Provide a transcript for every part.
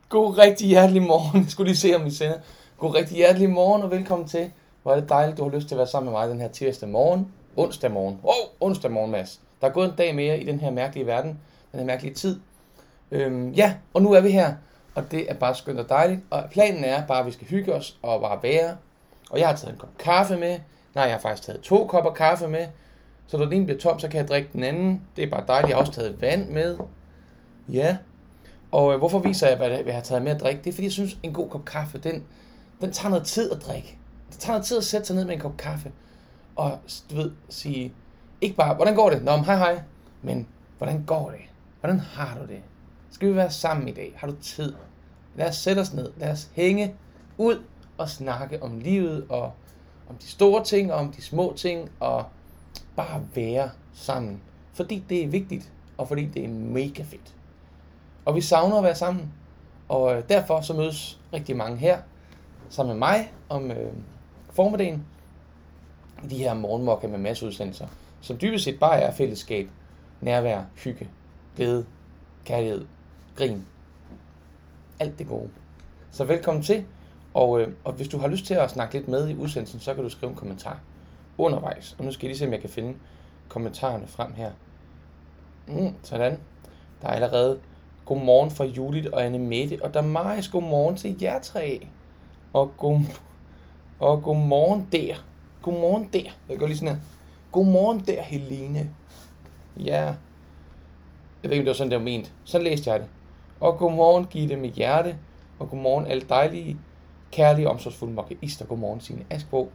God rigtig hjertelig morgen. Jeg skulle lige se, om vi sender. God rigtig hjertelig morgen og velkommen til. Hvor er det dejligt, du har lyst til at være sammen med mig den her tirsdag morgen. Onsdag morgen. Onsdag morgen, Mads. Der er gået en dag mere i den her mærkelige verden. Den her mærkelige tid. Og nu er vi her. Og det er bare skønt og dejligt. Og planen er bare, at vi skal hygge os og bare være. Og jeg har taget en kop kaffe med. Nej, jeg har faktisk taget 2 kopper kaffe med. Så når den ene bliver tom, så kan jeg drikke den anden. Det er bare dejligt. Jeg har også taget vand med. Ja. Og hvorfor viser jeg, hvad jeg har taget med at drikke? Det er, fordi jeg synes, en god kop kaffe, den tager noget tid at drikke. Det tager noget tid at sætte sig ned med en kop kaffe. Og du ved, sige, ikke bare, hvordan går det? Nå, hej. Men, hvordan går det? Hvordan har du det? Skal vi være sammen i dag? Har du tid? Lad os sætte os ned. Lad os hænge ud og snakke om livet, og om de store ting, og om de små ting, og bare være sammen. Fordi det er vigtigt, og fordi det er mega fedt. Og vi savner at være sammen, og derfor så mødes rigtig mange her, sammen med mig om formiddagen, i de her morgenmokka med masse udsendelser, som dybest set bare er fællesskab, nærvær, hygge, glæde, kærlighed, grin, alt det gode. Så velkommen til, og hvis du har lyst til at snakke lidt med i udsendelsen, så kan du skrive en kommentar undervejs. Og nu skal jeg lige se, om jeg kan finde kommentarerne frem her. Sådan. Der er allerede godmorgen fra Judith og Anne Mette, og der er Maris godmorgen til jer 3. Og godmorgen der. Godmorgen der. Jeg går lige sådan her. Godmorgen der, Helene. Ja. Jeg ved ikke, om det var sådan, det var ment. Så læste jeg det. Og godmorgen, Gitte med hjerte. Og godmorgen, alle dejlige, kærlige, omsorgsfulde mokkaister. Godmorgen, Signe Askbo.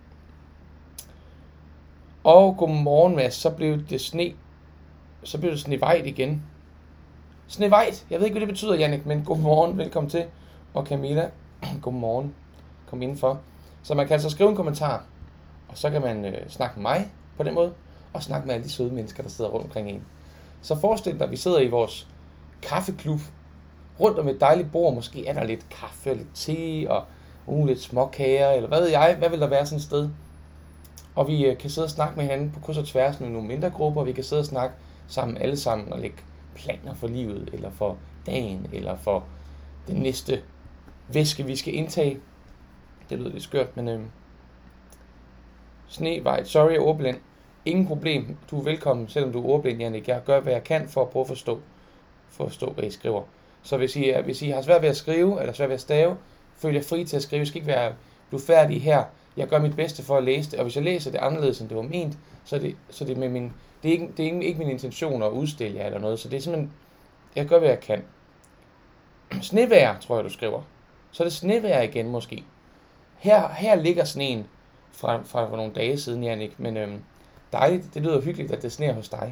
Og godmorgen, Mads. Så blev det snevejt igen. Snevejt. Jeg ved ikke, hvad det betyder, Jannik, men godmorgen, velkommen til. Og Camilla, godmorgen. Kom indenfor. Så man kan altså skrive en kommentar, og så kan man snakke med mig på den måde, og snakke med alle de søde mennesker, der sidder rundt omkring en. Så forestil dig, at vi sidder i vores kaffeklub, rundt om et dejligt bord. Måske er der lidt kaffe, lidt te, og lidt småkager, eller hvad ved jeg. Hvad vil der være sådan et sted? Og vi kan sidde og snakke med hinanden på kryds og tværs med nogle mindre grupper, og vi kan sidde og snakke sammen alle sammen, og lægge planer for livet, eller for dagen, eller for den næste væske, vi skal indtage. Det lyder lidt skørt, men snevejt. Sorry, jeg er ordblind. Ingen problem. Du er velkommen, selvom du er ordblind, Jannik. Jeg gør, hvad jeg kan for at prøve at forstå, hvad I skriver. Så hvis I har svært ved at skrive, eller svært ved at stave, føl jer fri til at skrive. I skal ikke være blufærdige her. Jeg gør mit bedste for at læse det, og hvis jeg læser det anderledes, end det var ment, så er det med min... Det er ikke min intention at udstille jer eller noget, så det er simpelthen... Jeg gør, hvad jeg kan. Snevejr, tror jeg, du skriver. Så er det snevejr igen, måske. Her ligger sneen fra nogle dage siden, Jannik, men dejligt. Det lyder hyggeligt, at det sneer hos dig.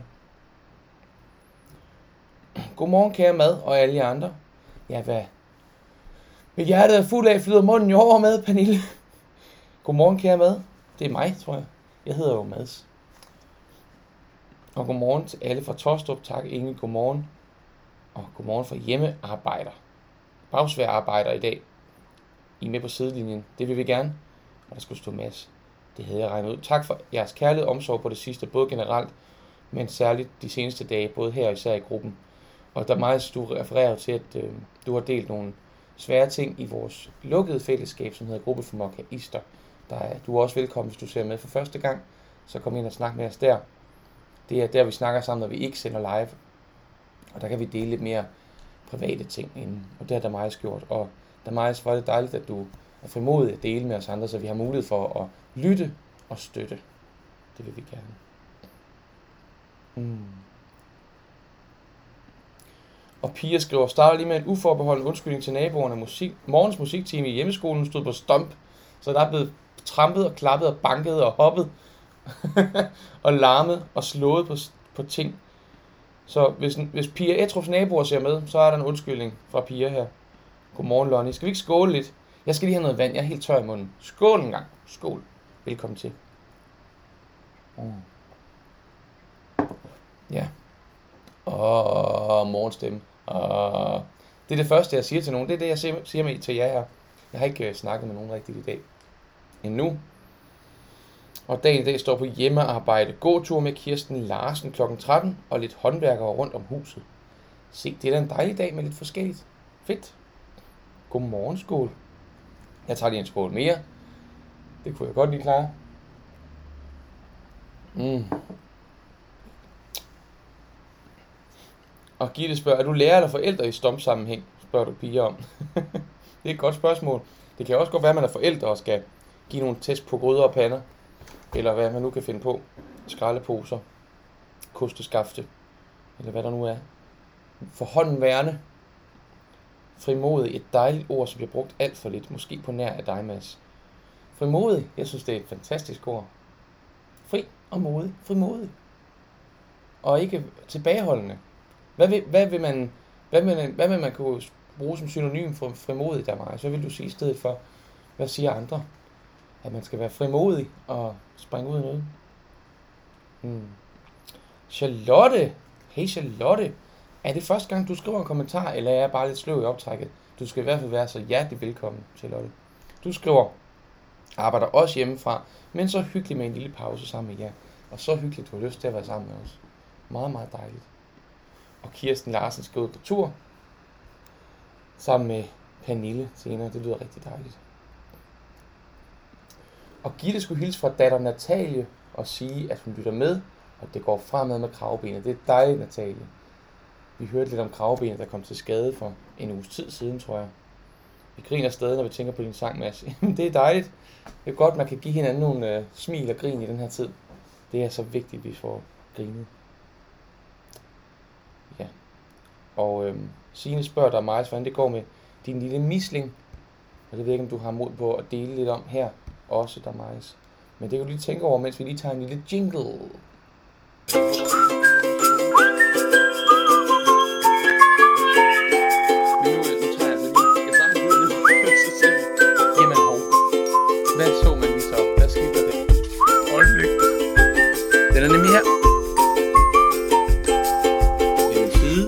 Godmorgen, kære mad og alle jer andre. Ja, hvad? Mit hjerte er fuld af, flyder munden jo over med, Pernille. Godmorgen, kære mad. Det er mig, tror jeg. Jeg hedder jo Mads. Og godmorgen til alle fra Torstrup. Tak, Inge. Godmorgen. Og godmorgen fra hjemmearbejder. Bagsværarbejder i dag. I er med på sidelinjen. Det vil vi gerne. Og der skulle stå Mads. Det havde jeg regnet ud. Tak for jeres kærlighed og omsorg på det sidste. Både generelt, men særligt de seneste dage. Både her og især i gruppen. Og der er meget, du refererer til, at du har delt nogle svære ting i vores lukkede fællesskab, som hedder Gruppe for Mokkaister. Du er også velkommen, hvis du ser med for første gang. Så kom ind og snak med os der. Det er der, vi snakker sammen, når vi ikke sender live. Og der kan vi dele lidt mere private ting inden. Og det har Damaris gjort. Og Damaris, var det dejligt, at du er frimodig at dele med os andre, så vi har mulighed for at lytte og støtte. Det vil vi gerne. Og Pia skriver, starter lige med en uforbeholden undskyldning til naboerne. Morgens musiktime i hjemmeskolen stod på stomp, så der er blevet trampet og klappet og banket og hoppet og larmet og slået på ting. Så hvis Pia Etrups naboer ser med, så er der en undskyldning fra Pia her. Godmorgen, Lonnie. Skal vi ikke skåle lidt? Jeg skal lige have noget vand. Jeg er helt tør i munden. Skål en gang. Skål. Velkommen til. Ja. Morgenstemme. Det er det første, jeg siger til nogen. Det er det, jeg siger med til jer her. Jeg har ikke snakket med nogen rigtigt i dag. Endnu. Og dagen i dag står på hjemmearbejde. Gåtur med Kirsten Larsen kl. 13 og lidt håndværkere rundt om huset. Se, det er da en dejlig dag med lidt forskelligt. Fedt. Godmorgen, skål. Jeg tager lige en skål mere. Det kunne jeg godt lige klare. Og Gitte spørger, er du lærer eller forældre i STOMP-sammenhæng? Spørger du piger om. Det er et godt spørgsmål. Det kan også godt være, at man er forældre og skal give nogle test på gryder og pander. Eller hvad man nu kan finde på. Skraldeposer. Kosteskafte. Eller hvad der nu er. For hånden værende. Frimodig. Et dejligt ord, som bliver brugt alt for lidt. Måske på nær af dig, Mads. Frimodig. Jeg synes, det er et fantastisk ord. Fri og modig. Frimodig. Og ikke tilbageholdende. Hvad vil man kunne bruge som synonym for frimodig, der Maja? Så vil du sige i stedet for, hvad siger andre? At man skal være frimodig og springe ud i noget. Charlotte. Hey Charlotte. Er det første gang, du skriver en kommentar, eller er jeg bare lidt sløv i optrækket? Du skal i hvert fald være så hjertelig velkommen, Charlotte. Du skriver, arbejder også hjemmefra, men så hyggeligt med en lille pause sammen med jer. Og så hyggeligt, du har lyst til at være sammen med os. Meget, meget dejligt. Og Kirsten Larsen skal ud på tur. Sammen med Pernille senere. Det lyder rigtig dejligt. Og Gitte skulle hilse fra datter Natalie og sige, at hun lytter med, og det går fremad med kravbenet. Det er dejligt, Natalie. Vi hørte lidt om kravbenet, der kom til skade for en uges tid siden, tror jeg. Vi griner stadig, når vi tænker på din sang, Mads. Det er dejligt. Det er godt, man kan give hinanden nogle smil og grin i den her tid. Det er så vigtigt, at vi får grinet. Ja. Og Signe spørger dig, Majs, hvordan det går med din lille misling. Og det ved jeg ikke, om du har mod på at dele lidt om her også, der Majs. Men det kan du lige tænke over, mens vi lige tager en lille jingle. Hvad så man lige så? Hvad skete der? Øjeblik. Den er nemlig her. Det er en side.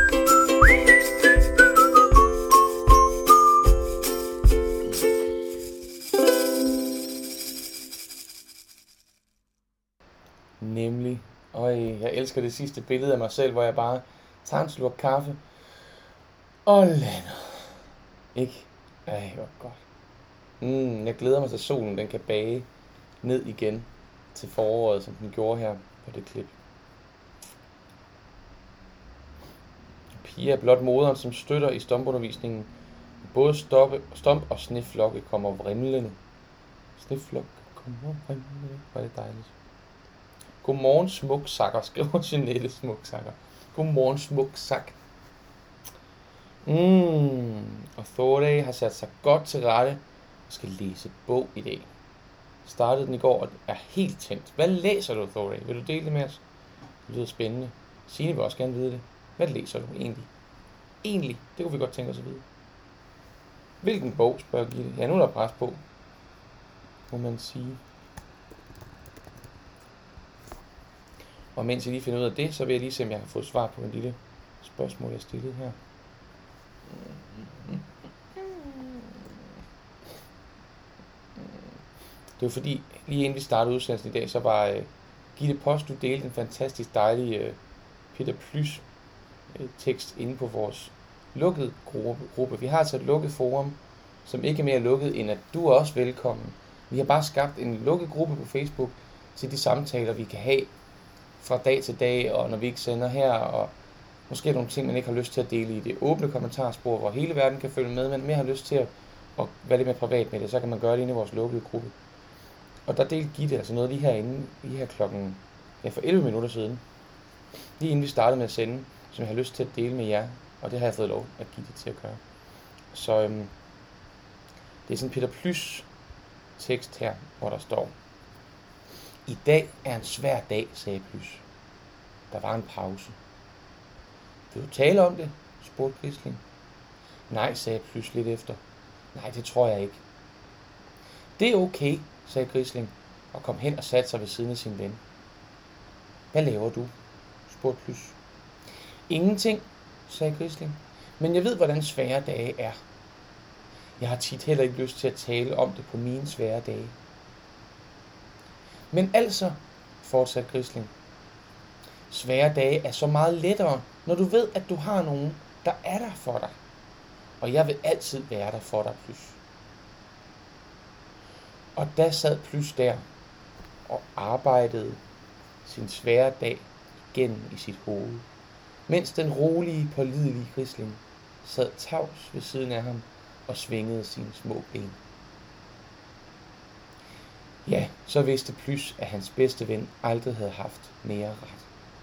Nemlig. Jeg elsker det sidste billede af mig selv, hvor jeg bare tager en slurk kaffe og lander. Ikke? Hvor godt. Jeg glæder mig til solen, den kan bage ned igen til foråret, som den gjorde her på det klip. Pia er blot moderen, som støtter i stompundervisningen. Både stomp og sniflokke kommer vrimlende. Sniflokke kommer vrimlende. Hvor er det dejligt. Godmorgen smuksakker, skriver Jeanette smuksakker. Godmorgen smuksak. Og Thorday har sat sig godt til rette. Jeg skal læse bog i dag. Startede den i går og er helt tændt. Hvad læser du, Thorday? Vil du dele det med os? Det lyder spændende. Signe vil også gerne vide det. Hvad læser du egentlig? Det kunne vi godt tænke os at vide. Hvilken bog, spørger Gitte. Ja, nu er der pres på, må man sige. Og mens jeg lige finder ud af det, så vil jeg lige se, om jeg har fået svar på en lille spørgsmål, jeg stillede her. Det var fordi, lige inden vi startede udsendelsen i dag, så var Gitte Post, du delte en fantastisk dejlig Peter Plys tekst inde på vores lukkede gruppe. Vi har altså et lukket forum, som ikke er mere lukket, end at du er også velkommen. Vi har bare skabt en lukket gruppe på Facebook til de samtaler, vi kan have fra dag til dag, og når vi ikke sender her, og måske nogle ting, man ikke har lyst til at dele i det åbne kommentarspor, hvor hele verden kan følge med, men mere har lyst til at være lidt mere privat med det, så kan man gøre det inde i vores lukkede gruppe. Og der delte Gitte altså noget lige herinde, lige her klokken, for 11 minutter siden, lige inden vi startede med at sende, som jeg har lyst til at dele med jer, og det har jeg fået lov at give det til at gøre. Så det er sådan Peter Plys tekst her, hvor der står: I dag er en svær dag, sagde Plys. Der var en pause. Vil du tale om det? Spurgte Grisling. Nej, sagde Plys lidt efter. Nej, det tror jeg ikke. Det er okay, sagde Grisling, og kom hen og satte sig ved siden af sin ven. Hvad laver du? Spurgte Plys. Ingenting, sagde Grisling, men jeg ved, hvordan svære dage er. Jeg har tit heller ikke lyst til at tale om det på mine svære dage. Men altså, fortsatte Grisling, svære dage er så meget lettere, når du ved, at du har nogen, der er der for dig. og jeg vil altid være der for dig, Plys. Og da sad Plys der og arbejdede sin svære dag igennem i sit hoved, mens den rolige, pålidelige grisling sad tavs ved siden af ham og svingede sine små ben. Ja, så vidste Plys, at hans bedste ven aldrig havde haft mere ret.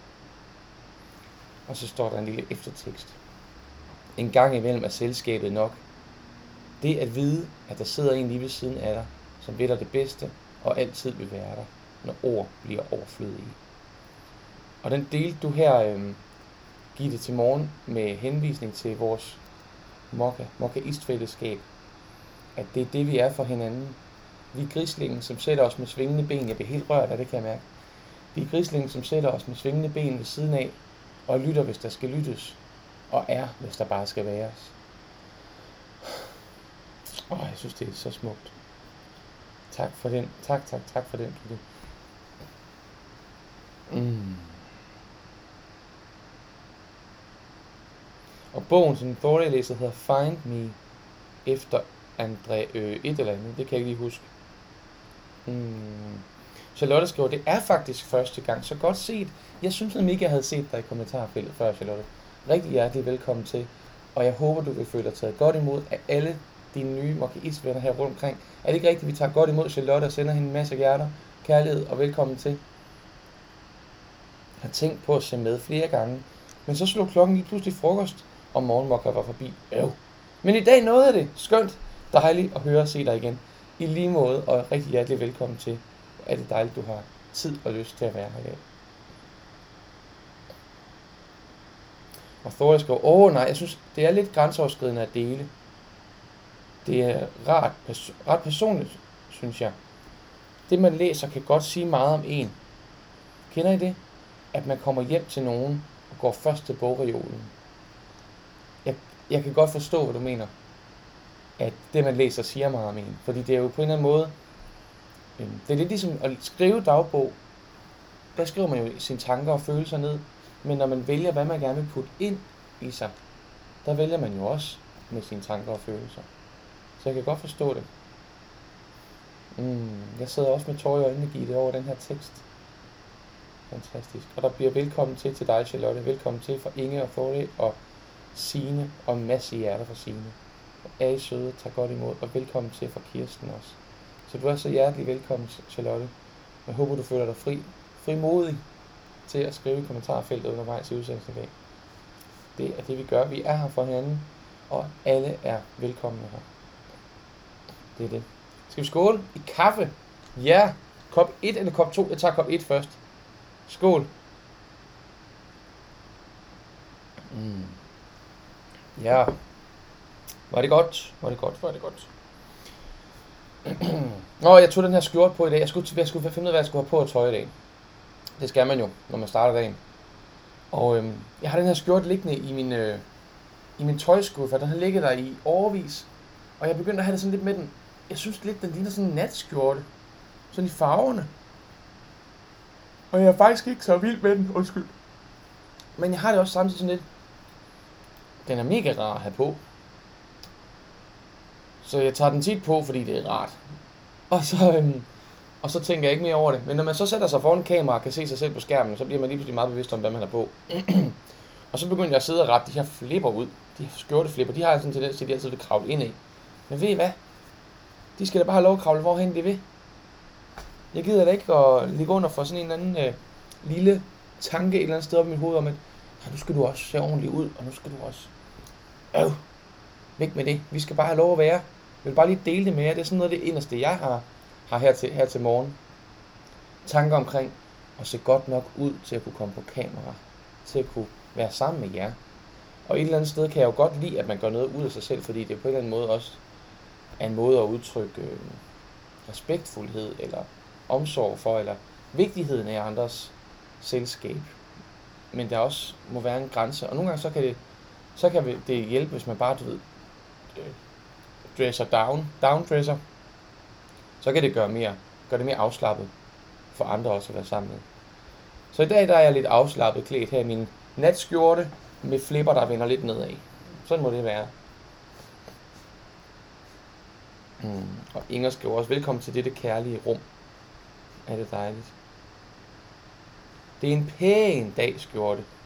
Og så står der en lille eftertekst. En gang imellem er selskabet nok. Det at vide, at der sidder en lige ved siden af dig, som ved dig det bedste, og altid vil være der, når ord bliver overflødige. Og den delte du her, Gitte, til morgen med henvisning til vores Mokka-ist-fællesskab. At det er det, vi er for hinanden. Vi er grislingen, som sætter os med svingende ben. Jeg bliver helt rørt af det, kan jeg mærke. Vi er grislingen, som sætter os med svingende ben ved siden af, og lytter, hvis der skal lyttes, og er, hvis der bare skal væres. Jeg synes, det er så smukt. Tak for den. Tak for den. Og bogen, som Thorley læser, hedder Find Me, efter André et eller andet. Det kan jeg ikke lige huske. Charlotte skriver, det er faktisk første gang. Så godt set. Jeg synes nemlig ikke, jeg havde set dig i kommentarfeltet før, Charlotte. Rigtig hjertelig velkommen til. Og jeg håber, du vil føle dig taget godt imod af alle dine nye Mokka-ist-venner her rundt omkring. Er det ikke rigtigt, vi tager godt imod Charlotte og sender hende en masse hjerter, kærlighed og velkommen til? Jeg har tænkt på at se med flere gange. Men så slog klokken lige pludselig frokost, og morgenmokka var forbi. Men i dag nåede jeg det. Skønt. Dejligt at høre og se dig igen. I lige måde, og rigtig hjertelig velkommen til. Er det dejligt, du har tid og lyst til at være her i dag. Og Thor skriver, nej, jeg synes, det er lidt grænseoverskridende at dele. Det er ret personligt, synes jeg. Det man læser kan godt sige meget om en. Kender I det? At man kommer hjem til nogen og går først til bogreolen. Jeg kan godt forstå, hvad du mener. At det man læser siger meget om en. Fordi det er jo på en eller anden måde, det er lidt ligesom at skrive dagbog. Der skriver man jo sine tanker og følelser ned. Men når man vælger, hvad man gerne vil putte ind i sig, der vælger man jo også med sine tanker og følelser. Så jeg kan godt forstå det. Jeg sidder også med tårer i øjnene, Gitte, over den her tekst. Fantastisk. Og der bliver velkommen til dig, Charlotte. Velkommen til fra Inge og Thorley og Signe og en masse hjerter fra Signe. Er I søde, tag godt imod, og velkommen til fra Kirsten også. Så du er så hjertelig velkommen, Charlotte. Jeg håber, du føler dig frimodig til at skrive i kommentarfeltet undervejs i udsendelsen i dag. Det er det, vi gør. Vi er her for hinanden, og alle er velkomne her. Det er det. Skal vi skåle i kaffe? Ja. Kop 1 eller kop 2? Jeg tager kop 1 først. Skål. Ja. Var det godt? Jeg tog den her skjorte på i dag. Jeg skulle finde ud af, hvad jeg skulle have på at tøj i dag. Det skal man jo, når man starter dagen. Og jeg har den her skjorte liggende i min tøjskuffe, den har ligget der i årevis. Og jeg begyndte at have det sådan lidt med den. Jeg synes lidt, den ligner sådan en natskjorte. Sådan i farverne. Og jeg er faktisk ikke så vild med den, undskyld. Men jeg har det også samtidig sådan lidt. Den er mega rar at have på. Så jeg tager den tit på, fordi det er rart. Og så tænker jeg ikke mere over det. Men når man så sætter sig foran kamera og kan se sig selv på skærmen, så bliver man lige pludselig meget bevidst om, hvad man har på. Og så begynder jeg at sidde og rette de her flipper ud. De her skjorteflipper, de har sådan en tendens til, at de altid vil kravle ind i. Men ved I hvad? De skal da bare have lov at kravle, hvorhen de vil. Jeg gider da ikke at ligge under for sådan en eller anden lille tanke et eller andet sted op i mit hoved om, at nu skal du også se ordentligt ud, og nu skal du også... Væk med det. Vi skal bare have lov at være. Jeg vil bare lige dele det med jer. Det er sådan noget af det inderste, jeg har her til morgen. Tanker omkring at se godt nok ud til at kunne komme på kamera. Til at kunne være sammen med jer. Og et eller andet sted kan jeg jo godt lide, at man gør noget ud af sig selv, fordi det på en eller anden måde også er en måde at udtrykke respektfuldhed, eller omsorg for, eller vigtigheden af andres selskab. Men der også må være en grænse. Og nogle gange så kan det hjælpe, hvis man bare, dresser downdresser. Så kan det gøre det mere afslappet for andre også at være sammen med. Så i dag der er jeg lidt afslappet klædt her i min natskjorte med flipper, der vender lidt nedad. Sådan må det være. Og Inger skriver også, velkommen til dette kærlige rum. Er det dejligt. Det er en pæn dag, skriver det.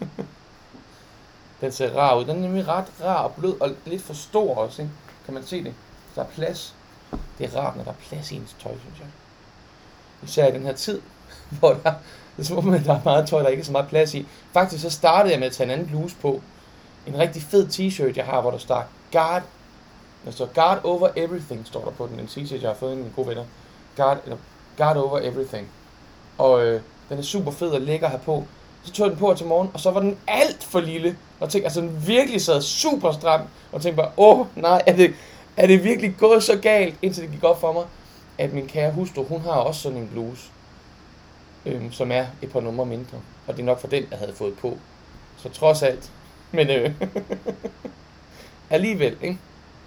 Den ser rar ud. Den er nemlig ret rar og blød og lidt for stor også, ikke? Kan man se det? Der er plads. Det er rart, når der er plads i ens tøj, synes jeg. Især i den her tid, hvor det er som om, der er meget tøj, der ikke er så meget plads i. Faktisk så startede jeg med at tage en anden bluse på. En rigtig fed t-shirt, jeg har, hvor der står Guard over everything, står der på den. En t-shirt, jeg har fået af mine gode venner. Guard over everything. Og den er super fed og lækker her på. Så tog jeg den på til morgen, og så var den alt for lille. Og tænkte, altså den virkelig sad super stram. Og tænkte bare, nej, er det virkelig gået så galt, indtil det gik op for mig, at min kære hustru, hun har også sådan en bluse, som er et par numre mindre. Og det er nok for den, jeg havde fået på. Så trods alt. Men alligevel, ikke?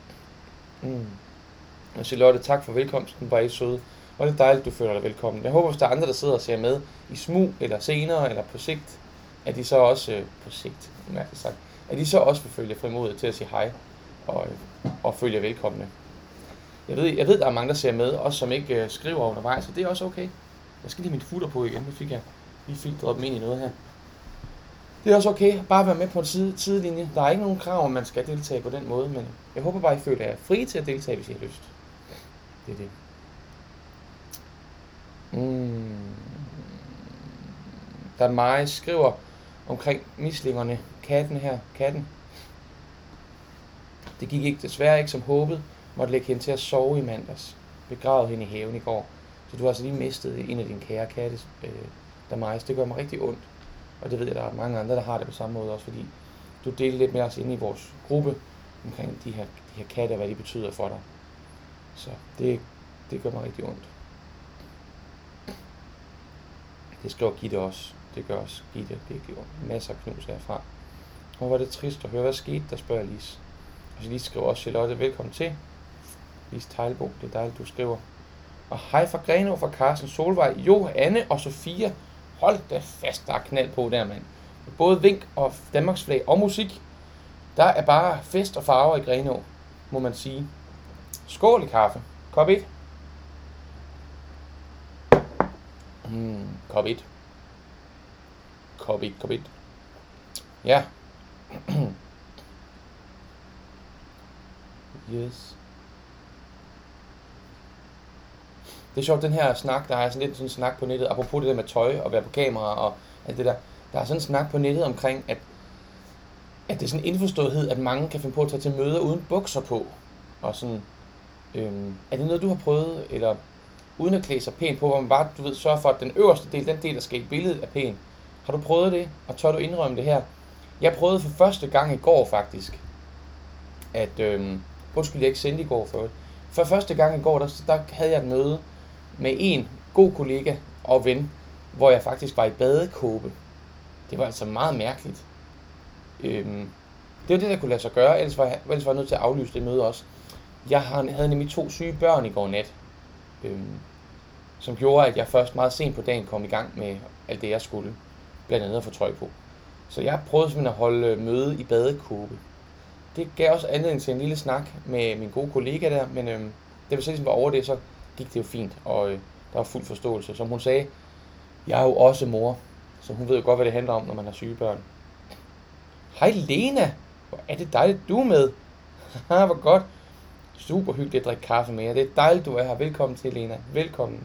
Og Charlotte, tak for velkomsten, var I søde. Og det er dejligt, du føler dig velkommen. Jeg håber, hvis der er andre, der sidder og ser med i smug, eller senere, eller på sigt, at de så også, at de så også vil følge frimodet til at sige hej, og følge jer velkomne. Jeg ved, der er mange, der ser med, også som ikke skriver undervejs, og det er også okay. Jeg skal lige mit futter på igen, nu fik jeg lige filtreret dem ind i noget her. Det er også okay, bare være med på en sidelinje. Der er ikke nogen krav, om man skal deltage på den måde, men jeg håber bare, I føler jer frie til at deltage, hvis I har lyst. Det er det. Der er Maja skriver omkring mislingerne. Katten. Det gik desværre ikke som håbet. Måtte lægge hende til at sove i mandags. Begravede hende i haven i går. Så du har altså lige mistet en af dine kære katte, der Maja. Det gør mig rigtig ondt. Og det ved jeg, der er mange andre, der har det på samme måde også, fordi du delte lidt med os inde i vores gruppe omkring de her katte, og hvad de betyder for dig. Så det gør mig rigtig ondt. Det skriver Gitte også. Det gør også Gitte virkelig ondt. Masser af knus herfra. Og var det trist at høre, hvad skete, der spørger Lise. Og så Lise skriver også, Charlotte, velkommen til. Lise Teilbo, det er dejligt, du skriver. Og hej fra Grenaa, fra Carsten, Solvej, Johanne og Sofia. Hold da fast, der er knald på der, mand. Både vink og Danmarks flag og musik. Der er bare fest og farver i Grenaa, må man sige. Skål i kaffe. Kop 1. Kop 1. Kop 1. Ja. Yes. Det er sjovt, den her snak, der er sådan lidt sådan en snak på nettet, apropos det der med tøj og være på kamera og alt det der. Der er sådan en snak på nettet omkring, at det er sådan en indforståethed, at mange kan finde på at tage til møder uden bukser på. Og sådan, er det noget, du har prøvet, eller uden at klæde sig pænt på, hvor man bare, du ved, sørger for, at den øverste del, den del, der skal i billedet, er pæn. Har du prøvet det, og tør du indrømme det her? Jeg prøvede for første gang i går faktisk, at, undskyld, jeg ikke sendte i går for det. For første gang i går, der havde jeg et møde med en god kollega og ven, hvor jeg faktisk var i badekåbe. Det var altså meget mærkeligt. Det var det, der kunne lade sig gøre, ellers var jeg nødt til at aflyse det møde også. Jeg havde nemlig 2 syge børn i går nat, som gjorde, at jeg først meget sent på dagen kom i gang med alt det, jeg skulle. Blandt andet at få trøj på. Så jeg prøvede simpelthen at holde møde i badekåbe. Det gav også anledning til en lille snak med min gode kollega der, men da vi så ligesom var over det, så gik det jo fint, og der var fuld forståelse. Som hun sagde, jeg er jo også mor, så hun ved jo godt, hvad det handler om, når man har syge børn. Hej Lena, hvor er det dejligt, du er med. Haha, hvor godt. Super hyggeligt at drikke kaffe med jer. Det er dejligt, du er her. Velkommen til, Lena. Velkommen.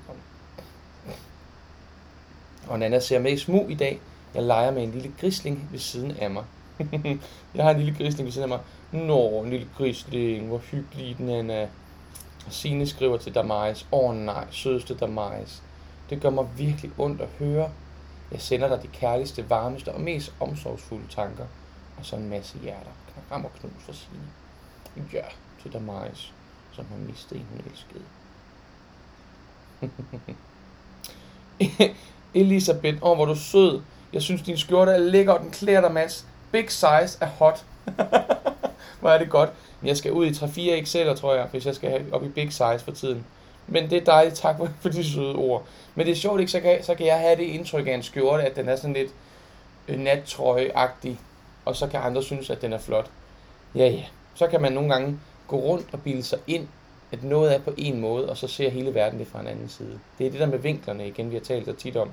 Og Nana ser med i smug i dag. Jeg leger med en lille grisling ved siden af mig. Jeg har en lille grisling ved siden af mig. Nå, en lille grisling. Hvor hyggelig den er. Og Signe skriver til Damaris. Nej, sødeste Damaris. Det gør mig virkelig ondt at høre. Jeg sender dig de kærligste, varmeste og mest omsorgsfulde tanker. Og så en masse hjerter. Kram og knus for Signe. Ja, til Damaris, som har mistet en, hun elskede. Elisabeth, hvor du sød. Jeg synes, din skjorte er lækker, og den klæder dig, Mads. Big size er hot. Hvor er det godt. Men jeg skal ud i 3-4 XL'er, tror jeg, hvis jeg skal have op i big size for tiden. Men det er dejligt, tak for de søde ord. Men det er sjovt, ikke? Så kan jeg have det indtryk af en skjorte, at den er sådan lidt nattrøje-agtig. Og så kan andre synes, at den er flot. Ja. Så kan man nogle gange gå rundt og bilde sig ind, at noget er på en måde, og så ser hele verden det fra en anden side. Det er det der med vinklerne igen, vi har talt så tit om.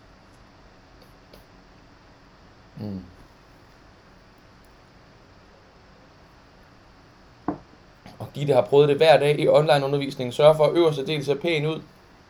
Og Gitte har prøvet det hver dag i online undervisning. Sørg for at øverste del ser pæn ud.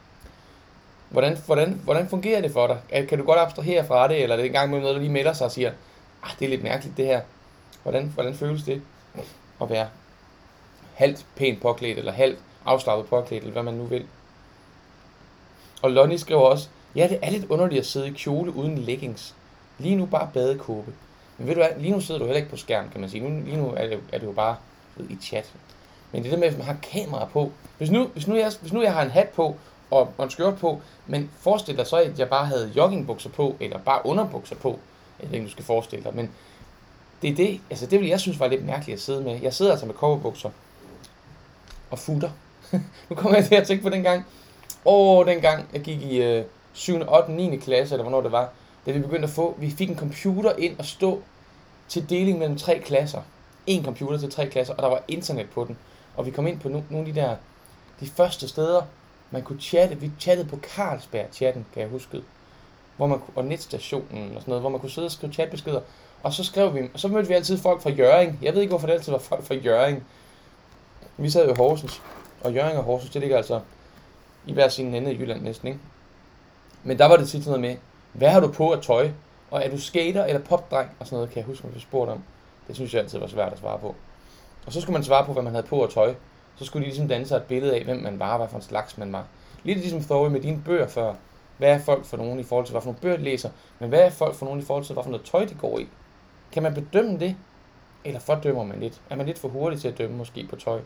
Hvordan fungerer det for dig? Kan du godt abstrahere fra det, eller er det en gang med noget, der lige melder sig og siger, det er lidt mærkeligt det her. Hvordan føles det at være halvt pænt påklædt, eller halvt afslappet påklædt, eller hvad man nu vil? Og Lonnie skriver også, det er lidt underligt at sidde i kjole uden leggings. Lige nu bare badekåbe. Men ved du hvad, lige nu sidder du heller ikke på skærm, kan man sige. Lige nu er det jo bare i chat. Men det der med, at man har kamera på. Hvis nu jeg har en hat på, og en skjort på, men forestil dig så, at jeg bare havde joggingbukser på, eller bare underbukser på. Jeg ved ikke, du skal forestille dig, men det er det, altså det ville jeg synes var lidt mærkeligt at sidde med. Jeg sidder altså med cowboybukser og futter. Nu kommer jeg til at tænke på dengang jeg gik i 7., 8., 9. klasse, eller hvornår det var, da vi begyndte vi fik en computer ind og stå til deling mellem 3 klasser. En computer til 3 klasser, og der var internet på den. Og vi kom ind på nogle af de første steder, man kunne chatte. Vi chattede på Carlsberg-chatten, kan jeg huske. Og netstationen og sådan noget, hvor man kunne sidde og skrive chatbeskeder. Og så skrev vi, og så mødte vi altid folk fra Hjørring. Jeg ved ikke, hvorfor det altid var folk fra Hjørring. Vi sad jo i Horsens, og Hjørring og Horsens, det ligger altså i hver sin ende i Jylland næsten, ikke? Men der var det tit sådan noget med, hvad har du på af tøj? Og er du skater eller popdreng? Og sådan noget, kan jeg huske, man blev spurgt om. Det synes jeg altid var svært at svare på. Og så skulle man svare på, hvad man havde på af tøj. Så skulle de ligesom danne sig et billede af, hvem man var, hvad for en slags man var. Lidt ligesom Thorey med dine bøger før. Hvad er folk for nogen i forhold til, hvad for nogle bøger de læser? Men hvad er folk for nogen i forhold til, hvad for noget tøj de går i? Kan man bedømme det? Eller fordømmer man lidt? Er man lidt for hurtig til at dømme måske på tøj?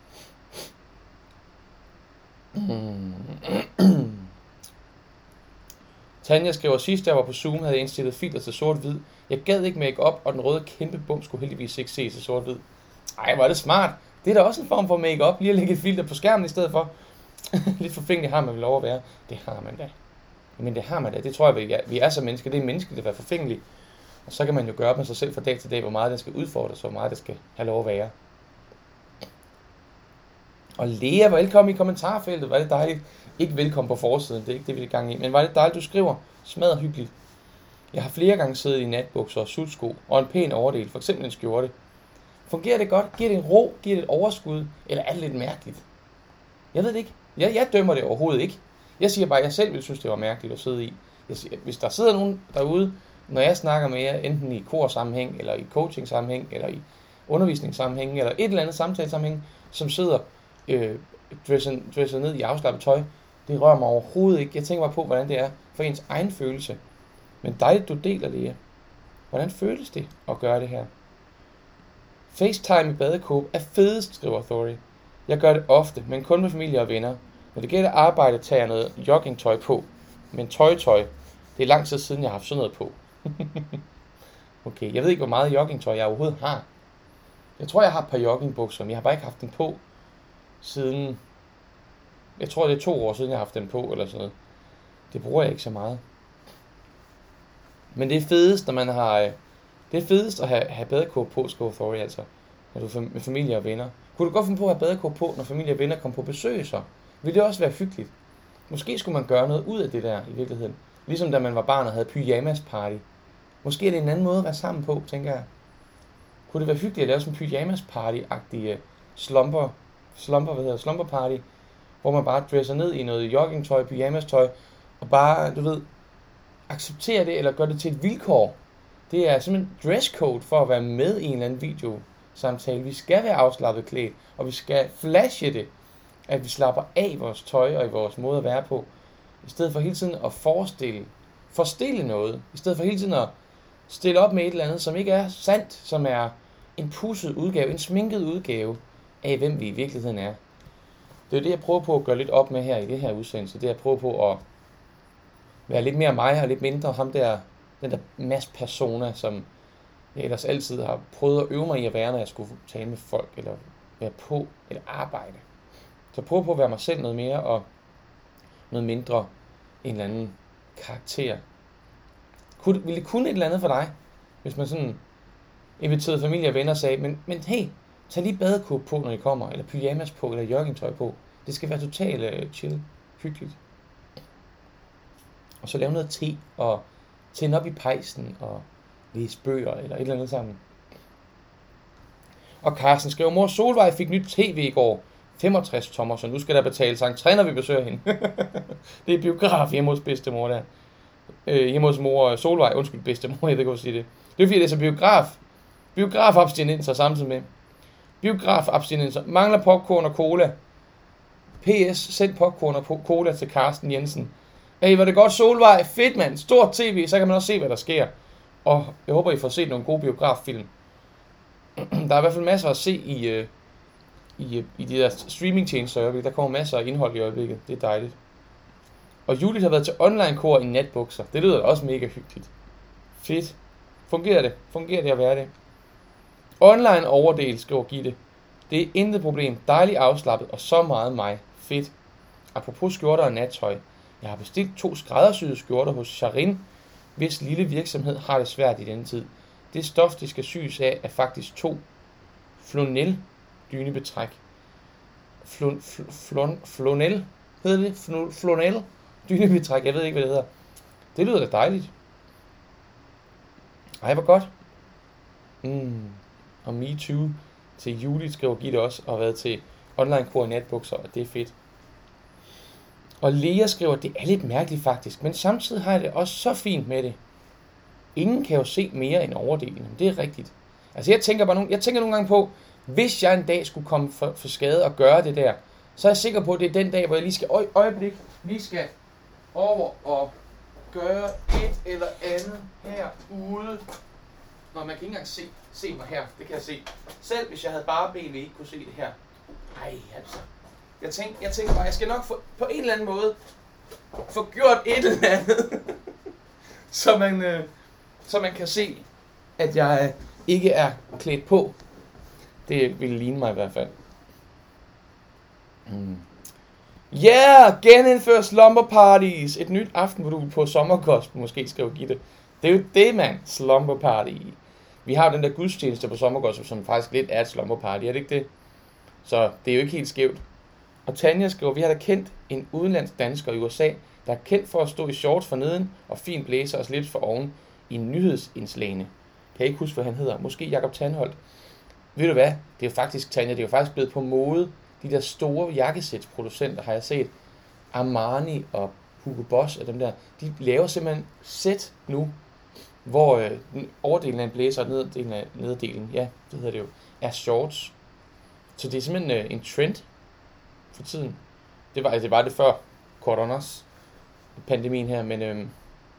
Tanja skriver, sidst jeg var på Zoom, havde jeg indstillet filter til sort-hvid. Jeg gad ikke make op, og den røde kæmpe bum skulle heldigvis ikke se til sort-hvid. Ej, hvor er det smart. Det er da også en form for make-up, lige at lægge et filter på skærmen i stedet for. Lidt forfængelig har man vel lov at være. Det har man da. Men det har man da. Det tror jeg, vi er så mennesker. Det er menneskeligt at være forfængelig. Og så kan man jo gøre op med sig selv fra dag til dag, hvor meget det skal udfordres, og hvor meget det skal have lov at være. Og Lea, velkommen i kommentarfeltet. Var det dejligt. Ikke velkommen på forsiden, det er ikke det, vi er i gang i. Men var det dejligt, du skriver. Smadret hyggeligt. Jeg har flere gange siddet i natbukser og sutsko og en pæn overdel, f.eks. en skjorte. Fungerer det godt? Giver det en ro? Giver det et overskud? Eller er det lidt mærkeligt? Jeg ved det ikke. Jeg dømmer det overhovedet ikke. Jeg siger bare, at jeg selv ville synes, det var mærkeligt at sidde i. Jeg siger, hvis der sidder nogen derude, når jeg snakker med jer, enten i korsammenhæng, eller i coaching-sammenhæng, eller i undervisningssammenhæng, eller et eller andet samtalesammenhæng, som sidder dresset ned i afslappet tøj, det rører mig overhovedet ikke. Jeg tænker bare på, hvordan det er for ens egen følelse. Men dejligt, du deler det. Hvordan føles det at gøre det her? FaceTime i badekåbe er fedest, skriver Thorey. Jeg gør det ofte, men kun med familie og venner. Når det gælder arbejde, tager jeg noget joggingtøj på. Men tøj. Det er lang tid siden, jeg har haft sådan noget på. Okay, jeg ved ikke, hvor meget joggingtøj jeg overhovedet har. Jeg tror, jeg har et par joggingbukser, men jeg har bare ikke haft dem på siden... Jeg tror, det er 2 år siden, jeg har haft dem på, eller sådan noget. Det bruger jeg ikke så meget. Men det er fedest, når man har... Det er fedest at have badekåbe på, skriver Thorey, altså. Når du er med familie og venner. Kunne du godt finde på at have badekåbe på, når familie og venner kommer på besøg, så? Vil det også være hyggeligt? Måske skulle man gøre noget ud af det der, i virkeligheden. Ligesom da man var barn og havde pyjamas party. Måske er det en anden måde at være sammen på, tænker jeg. Kunne det være hyggeligt at lave sådan en pyjamas party-agtig slumber party, hvor man bare dresser ned i noget joggingtøj, pyjamastøj, og bare, du ved, acceptere det, eller gøre det til et vilkår. Det er simpelthen dresscode for at være med i en eller anden videosamtale. Vi skal være afslappet klædt, og vi skal flashe det, at vi slapper af i vores tøj og i vores måde at være på, i stedet for hele tiden at forestille noget, i stedet for hele tiden at stille op med et eller andet, som ikke er sandt, som er en pudset udgave, en sminket udgave af, hvem vi i virkeligheden er. Det er det, jeg prøver på at gøre lidt op med her i det her udsendelse. Det er at prøve på at være lidt mere mig og lidt mindre ham der, den der masse persona, som jeg ellers altid har prøvet at øve mig i at være, når jeg skulle tale med folk, eller være på, eller arbejde. Så prøv på at være mig selv noget mere, og noget mindre en eller anden karakter. Ville det kunne et eller andet for dig, hvis man sådan inviterede familie og venner og sagde, men hey, Tag lige badekåb på, når I kommer, eller pyjamas på, eller joggingtøj på. Det skal være totalt chill, hyggeligt. Og så lave noget te, og tænde op i pejsen, og læse bøger, eller et eller andet sammen. Og Carsten skriver, mor Solvej fik nyt tv i går. 65 tommer, så nu skal der betales entré, når vi besøger hende. Det er biograf hjemme hos bedstemor der. Hjemme hos mor Solvej, undskyld bedstemor, jeg ved godt sige det. Det er fordi, det er så biografabstinenser samtidig med. Biografabstinenser. Mangler popcorn og cola. PS, send popcorn og cola til Carsten Jensen. Hey, var det godt Solvej? Fedt mand, stort tv, så kan man også se, hvad der sker. Og jeg håber, I får set nogle gode biograffilm. Der er i hvert fald masser at se i de der streamingtjenester i øjeblikket. Der kommer masser af indhold i øjeblikket. Det er dejligt. Og Judith har været til online-kor i natbukser. Det lyder da også mega hyggeligt. Fedt. Fungerer det at være det? Online overdel, skriver Gitte. Det er intet problem. Dejligt afslappet og så meget mig. Fedt. Apropos skjorter og nattøj. Jeg har bestilt 2 skræddersyede skjorter hos Charin, hvis lille virksomhed har det svært i denne tid. Det stof, de skal syes af, er faktisk 2 flonel dynebetræk. Flonel? Hedder det? Flonel dynebetræk. Jeg ved ikke, hvad det hedder. Det lyder da dejligt. Ej, hvor godt. Og me too til Judith, skriver Gitte også, og har været til online-kor i natbukser, og det er fedt. Og Lea skriver, det er lidt mærkeligt faktisk, men samtidig har jeg det også så fint med det. Ingen kan jo se mere end overdelen. Det er rigtigt. Altså jeg tænker nogle gange på, hvis jeg en dag skulle komme for skade og gøre det der, så er jeg sikker på, at det er den dag, hvor jeg lige skal lige skal over og gøre et eller andet herude. Nå, man kan ikke engang se mig her. Det kan jeg se. Selv hvis jeg havde bare ben, ville I ikke kunne se det her. Ej, altså. Jeg tænker bare, jeg skal nok på en eller anden måde få gjort et eller andet, så man kan se, at jeg ikke er klædt på. Det ville ligne mig i hvert fald. Genindfør slumber parties. Et nyt aftenmodul på sommerkost, måske skriver Gitte. Det er jo det, mand. Slumber party. Vi har jo den der gudstjeneste på sommerkost, som faktisk lidt er et slumber party, er det ikke det? Så det er jo ikke helt skævt. Og Tanja skriver, vi har da kendt en udenlandsk dansker i USA, der er kendt for at stå i shorts for neden og fin blæser og slips for oven i nyhedsindslagene. Kan jeg ikke huske, hvad han hedder? Måske Jakob Tandholt. Ved du hvad? Det er jo faktisk, Tanja, det er jo faktisk blevet på mode. De der store jakkesætsproducenter har jeg set. Armani og Hugo Boss og dem der. De laver simpelthen sæt nu, hvor overdelen af en blæser og nederdelen, ja, det hedder det jo, er shorts. Så det er simpelthen en trend for tiden. Det var det før coronas pandemien her, men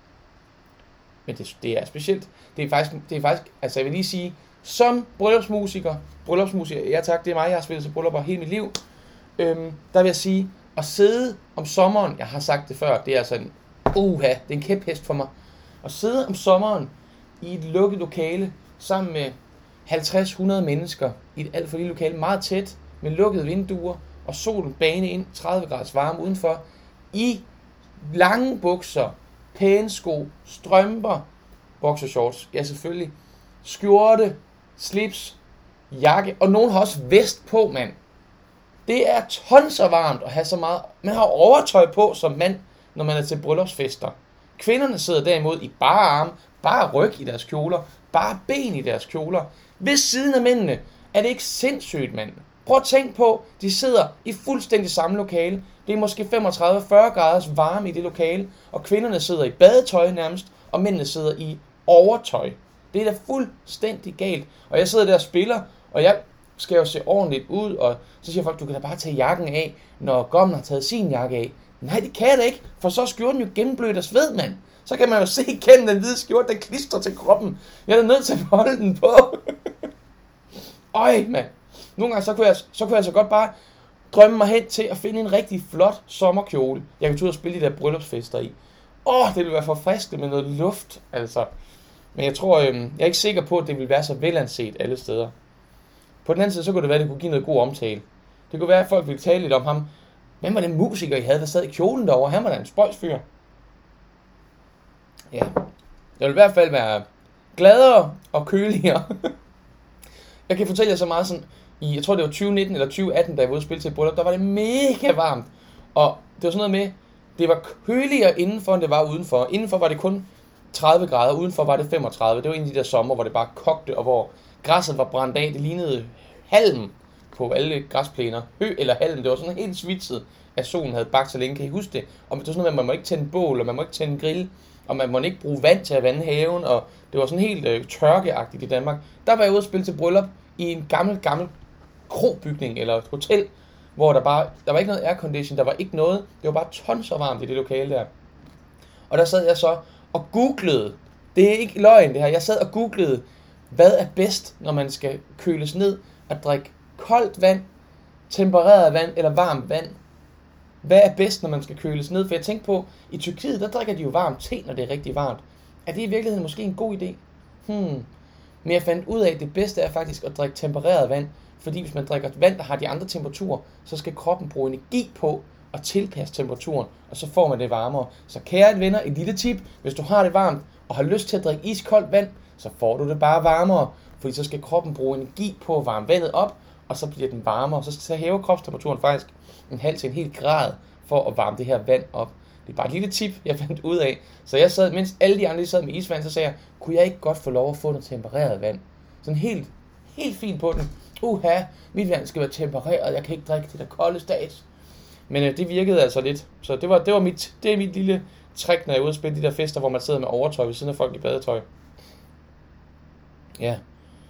det er specielt. Det er faktisk, altså jeg vil lige sige, som bryllupsmusiker, ja tak, det er mig, jeg har spillet til bryllupper hele mit liv, der vil jeg sige, at sidde om sommeren, jeg har sagt det før, det er altså det er en kæphest for mig, at sidde om sommeren i et lukket lokale, sammen med 50-100 mennesker, i et alt for lille lokale, meget tæt, med lukkede vinduer, og solen bane ind, 30 graders varme udenfor, i lange bukser, pæne sko, strømper, boxershorts, ja selvfølgelig, skjorte, slips, jakke, og nogen har også vest på, mand. Det er tonser varmt at have så meget. Man har overtøj på som mand, når man er til bryllupsfester. Kvinderne sidder derimod i bare arme, bare ryg i deres kjoler, bare ben i deres kjoler. Ved siden af mændene er det ikke sindssygt, mand. Prøv at tænke på, de sidder i fuldstændig samme lokale. Det er måske 35-40 graders varme i det lokale, og kvinderne sidder i badetøj nærmest, og mændene sidder i overtøj. Det er da fuldstændig galt. Og jeg sidder der og spiller, og jeg skal jo se ordentligt ud, og så siger folk, du kan da bare tage jakken af, når Gommen har taget sin jakke af. Nej, det kan jeg da ikke, for så er skjorten jo gennemblødt af sved, mand. Så kan man jo se igennem den hvide skjorte, der klistrer til kroppen. Jeg er nødt til at holde den på. Øj, mand. Nogle gange så kunne jeg så godt bare drømme mig hen til at finde en rigtig flot sommerkjole, jeg kan tage ud og spille de der bryllupsfester i. Det ville være forfriskende med noget luft, altså. Men jeg tror, jeg er ikke sikker på, at det ville være så velanset alle steder. På den anden side, så kunne det være, at det kunne give noget god omtale. Det kunne være, at folk ville tale lidt om ham. Hvem var den musiker, I havde, der sad i kjolen derovre? Han var da en spøjsfyr. Ja, jeg vil i hvert fald være gladere og køligere. Jeg kan fortælle jer så meget sådan, jeg tror det var 2019 eller 2018, da jeg var ude at spille til et bryllup, der var det mega varmt. Og det var sådan noget med, det var køligere indenfor, end det var udenfor. Indenfor var det kun 30 grader, udenfor var det 35. Det var en af de der sommer, hvor det bare kogte, og hvor græsset var brændt af. Det lignede halm på alle græsplæner. Hø eller halm, det var sådan helt svitset, at solen havde bagt så længe. Kan I huske det? Og det var sådan noget, at man må ikke tænde bål, og man må ikke tænde grill, og man må ikke bruge vand til at vande haven, og det var sådan helt tørkeagtigt i Danmark. Der var jeg ude at spille til bryllup i en gammel krobygning eller et hotel, hvor der var ikke noget aircondition, der var ikke noget, det var bare tons så varmt i det lokale der. Og der sad jeg så og googlede, det er ikke løgn det her, jeg sad og googlede, hvad er bedst, når man skal køles ned at drikke koldt vand, tempereret vand eller varmt vand. Hvad er bedst, når man skal køles ned? For jeg tænkte på, i Tyrkiet, der drikker de jo varmt te, når det er rigtig varmt. Er det i virkeligheden måske en god idé? Men jeg fandt ud af, at det bedste er faktisk at drikke tempereret vand. Fordi hvis man drikker vand, der har de andre temperaturer, så skal kroppen bruge energi på at tilpasse temperaturen, og så får man det varmere. Så kære venner, et lille tip, hvis du har det varmt og har lyst til at drikke iskoldt vand, så får du det bare varmere. Fordi så skal kroppen bruge energi på at varme vandet op, og så bliver den varmere. Så hæver kropstemperaturen faktisk en halv til en hel grad for at varme det her vand op. Det er bare et lille tip, jeg fandt ud af. Så jeg sad, mens alle de andre sad med isvand, så sagde jeg, kunne jeg ikke godt få lov at få noget tempereret vand? Sådan helt fint på den. Mit vand skal være tempereret, jeg kan ikke drikke det der kolde stats. Men det virkede altså lidt. Så det er mit lille trick, når jeg er ude at spille de der fester, hvor man sidder med overtøj ved siden af folk i badetøj. Ja.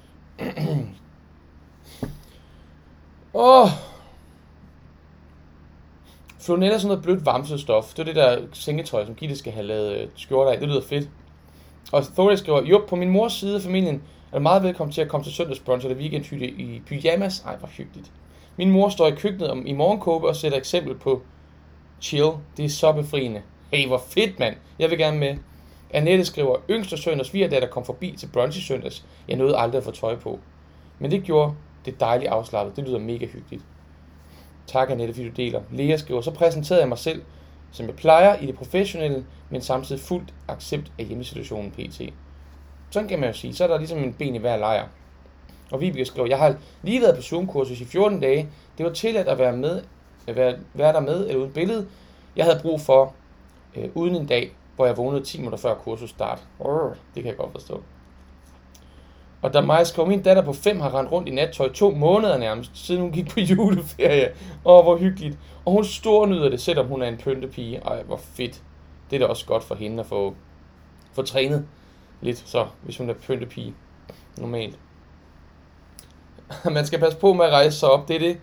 Flonel er sådan noget blødt vamsestof. Det er det der sengetøj, som Gitte skal have lavet skjorter af. Det lyder fedt. Og Thorley skriver, på min mors side af familien er du meget velkommen til at komme til søndagsbrunch eller weekendhytte i pyjamas. Ej, hvor hyggeligt. Min mor står i køkkenet i morgenkåbe og sætter eksempel på chill. Det er så befriende. Hey, hvor fedt, mand. Jeg vil gerne med. Annette skriver, yngste søn og svigerdatter kom forbi til brunch i søndags. Jeg nåede aldrig at få tøj på. Men det gjorde det dejligt afslappet. Det lyder mega hyggeligt. Tak, Annette, fordi du deler. Lea skriver, så præsenterede jeg mig selv, som jeg plejer i det professionelle, men samtidig fuldt accept af hjemmesituationen pt. Sådan kan man jo sige. Så er der ligesom en ben i hver lejr. Og Vibeke skriver, jeg har lige været på Zoom-kursus i 14 dage. Det var tilladt at være der med eller uden billede. Jeg havde brug for uden en dag, hvor jeg vågnede 10 minutter før kursus start. Det kan jeg godt forstå. Og da mig skriver, min datter på 5 har rendt rundt i nattøj 2 måneder nærmest, siden hun gik på juleferie. Hvor hyggeligt. Og hun stornyder det, selvom hun er en pyntepige. Ej, hvor fedt. Det er da også godt for hende at få trænet lidt, så hvis hun er pyntepige. Normalt. Man skal passe på med at rejse sig op, det er det.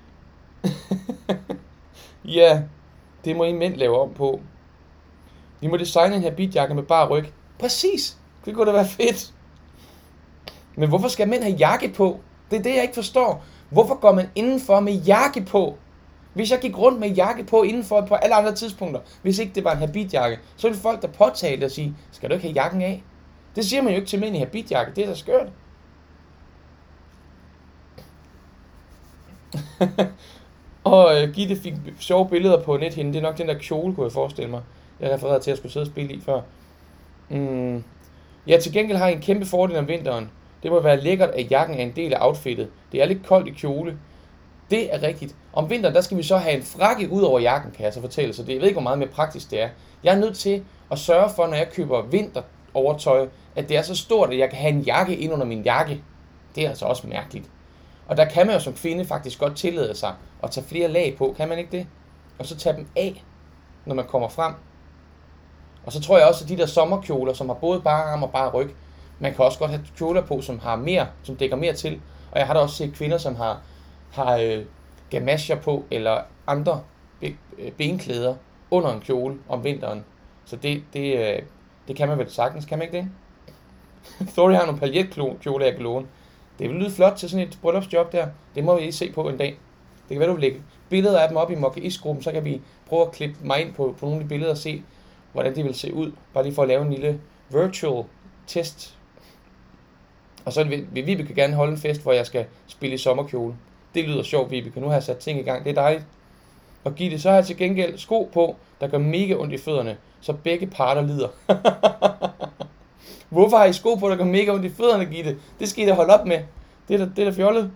Ja, det må I mænd lave om på. Vi må designe en habitjakke med bare ryg. Præcis, det kunne da være fedt. Men hvorfor skal mænd have jakke på? Det er det, jeg ikke forstår. Hvorfor går man indenfor med jakke på? Hvis jeg gik rundt med jakke på indenfor på alle andre tidspunkter, hvis ikke det var en habitjakke, så ville folk der påtale og sige, skal du ikke have jakken af? Det siger man jo ikke til mænd i habitjakke, det er da skørt. Og Gitte fik sjove billeder på nethinden. Det er nok den der kjole, kunne jeg forestille mig. Jeg refererede til, at jeg skulle sidde og spille i før. Ja, til gengæld har I en kæmpe fordel om vinteren. Det må være lækkert, at jakken er en del af outfittet. Det er lidt koldt i kjole. Det er rigtigt. Om vinteren, der skal vi så have en frakke ud over jakken, kan jeg så fortælle. Så det, jeg ved ikke, hvor meget mere praktisk det er. Jeg er nødt til at sørge for, når jeg køber vinterovertøj, at det er så stort, at jeg kan have en jakke ind under min jakke. Det er altså også mærkeligt. Og der kan man jo som kvinde faktisk godt tillade sig at tage flere lag på, kan man ikke det? Og så tage dem af, når man kommer frem. Og så tror jeg også, at de der sommerkjoler, som har både bare arm og bare ryg, man kan også godt have kjoler på, som har mere, som dækker mere til. Og jeg har da også set kvinder, som har gamasjer på, eller andre benklæder under en kjole om vinteren. Så det kan man vel sagtens, kan man ikke det? Thorley har nogle paljetkjoler, jeg kan låne. Det vil lyde flot til sådan et bryllupsjob der. Det må vi lige se på en dag. Det kan være, du vil lægge billeder af dem op i Mokka-Is-gruppen, så kan vi prøve at klippe mig ind på nogle af de billeder og se, hvordan det vil se ud. Bare lige for at lave en lille virtual test. Og så vil Vibeke gerne holde en fest, hvor jeg skal spille i sommerkjole. Det lyder sjovt, Vibeke. Nu har jeg sat ting i gang. Det er dejligt. Og Gitte, så har jeg til gengæld sko på, der gør mega ondt i fødderne, så begge parter lider. Hvorfor har I sko på, der gør mega ondt i fødderne, Gitte? Det skal I da holde op med. Det er da fjollet.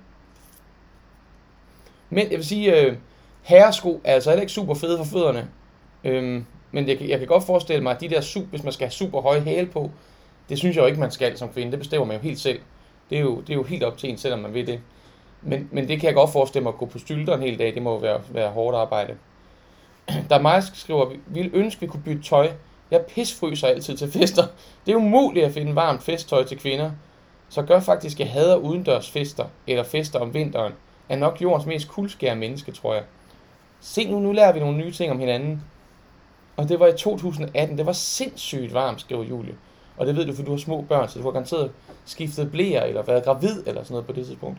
Men jeg vil sige, herresko er altså heller ikke super fede for fødderne. Men jeg kan godt forestille mig, at de der hvis man skal have super høje hæle på, det synes jeg jo ikke, man skal som kvinde. Det bestemmer man jo helt selv. Det er jo helt op til en, selvom man vil det. Men det kan jeg godt forestille mig at gå på stylter en hel dag. Det må jo være hårdt arbejde. Der er mig, der skriver, vi ville ønske, vi kunne bytte tøj. Jeg pisfryser altid til fester. Det er umuligt at finde varmt festtøj til kvinder. Så gør faktisk, jeg hader udendørs fester, eller fester om vinteren. Er nok jordens mest kuldskære menneske, tror jeg. Se nu lærer vi nogle nye ting om hinanden. Og det var i 2018. Det var sindssygt varmt, skriver Julie. Og det ved du, for du har små børn, så du har garanteret skiftet bleer, eller været gravid, eller sådan noget på det tidspunkt.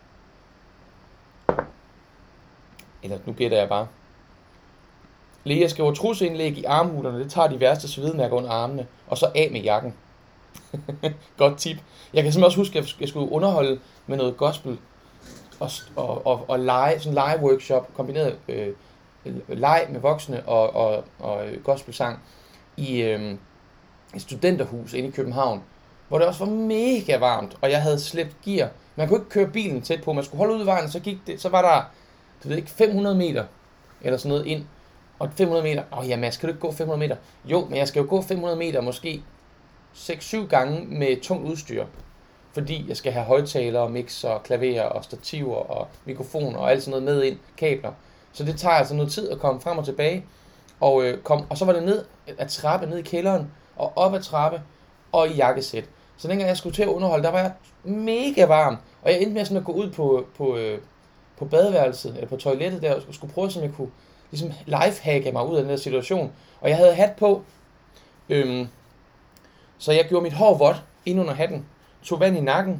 Eller nu gætter jeg bare. Lea skriver trusindlæg i armhulerne. Det tager de værste svedmærker under armene. Og så af med jakken. Godt tip. Jeg kan simpelthen også huske, at jeg skulle underholde med noget gospel. Og lege, sådan en lege-workshop. Kombineret leg med voksne og gospelsang. I et studenterhus inde i København. Hvor det også var mega varmt. Og jeg havde slæbt gear. Man kunne ikke køre bilen tæt på. Man skulle holde ud i vejen. Så var der, du ved ikke, 500 meter. Eller sådan noget ind. Og 500 meter, ja Mads, kan du ikke gå 500 meter? Jo, men jeg skal jo gå 500 meter måske 6-7 gange med tungt udstyr. Fordi jeg skal have højtalere, mixer, klaverer og stativer og mikrofoner og alt sådan noget med ind, kabler. Så det tager altså noget tid at komme frem og tilbage. Og så var det ned ad trappe, ned i kælderen og op ad trappe og i jakkesæt. Så dengang jeg skulle til at underholde, der var jeg mega varm. Og jeg endte med sådan at gå ud på badeværelset, eller på toilettet der, og skulle prøve, så jeg kunne ligesom lifehacke mig ud af den der situation. Og jeg havde hat på, så jeg gjorde mit hår vådt ind under hatten, tog vand i nakken,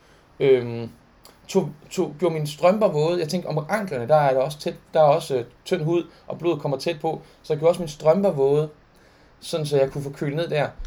gjorde mine strømper våde. Jeg tænkte, om anklerne, der er også tynd hud, og blodet kommer tæt på, så jeg gjorde også mine strømper våde, sådan så jeg kunne få kølet ned der.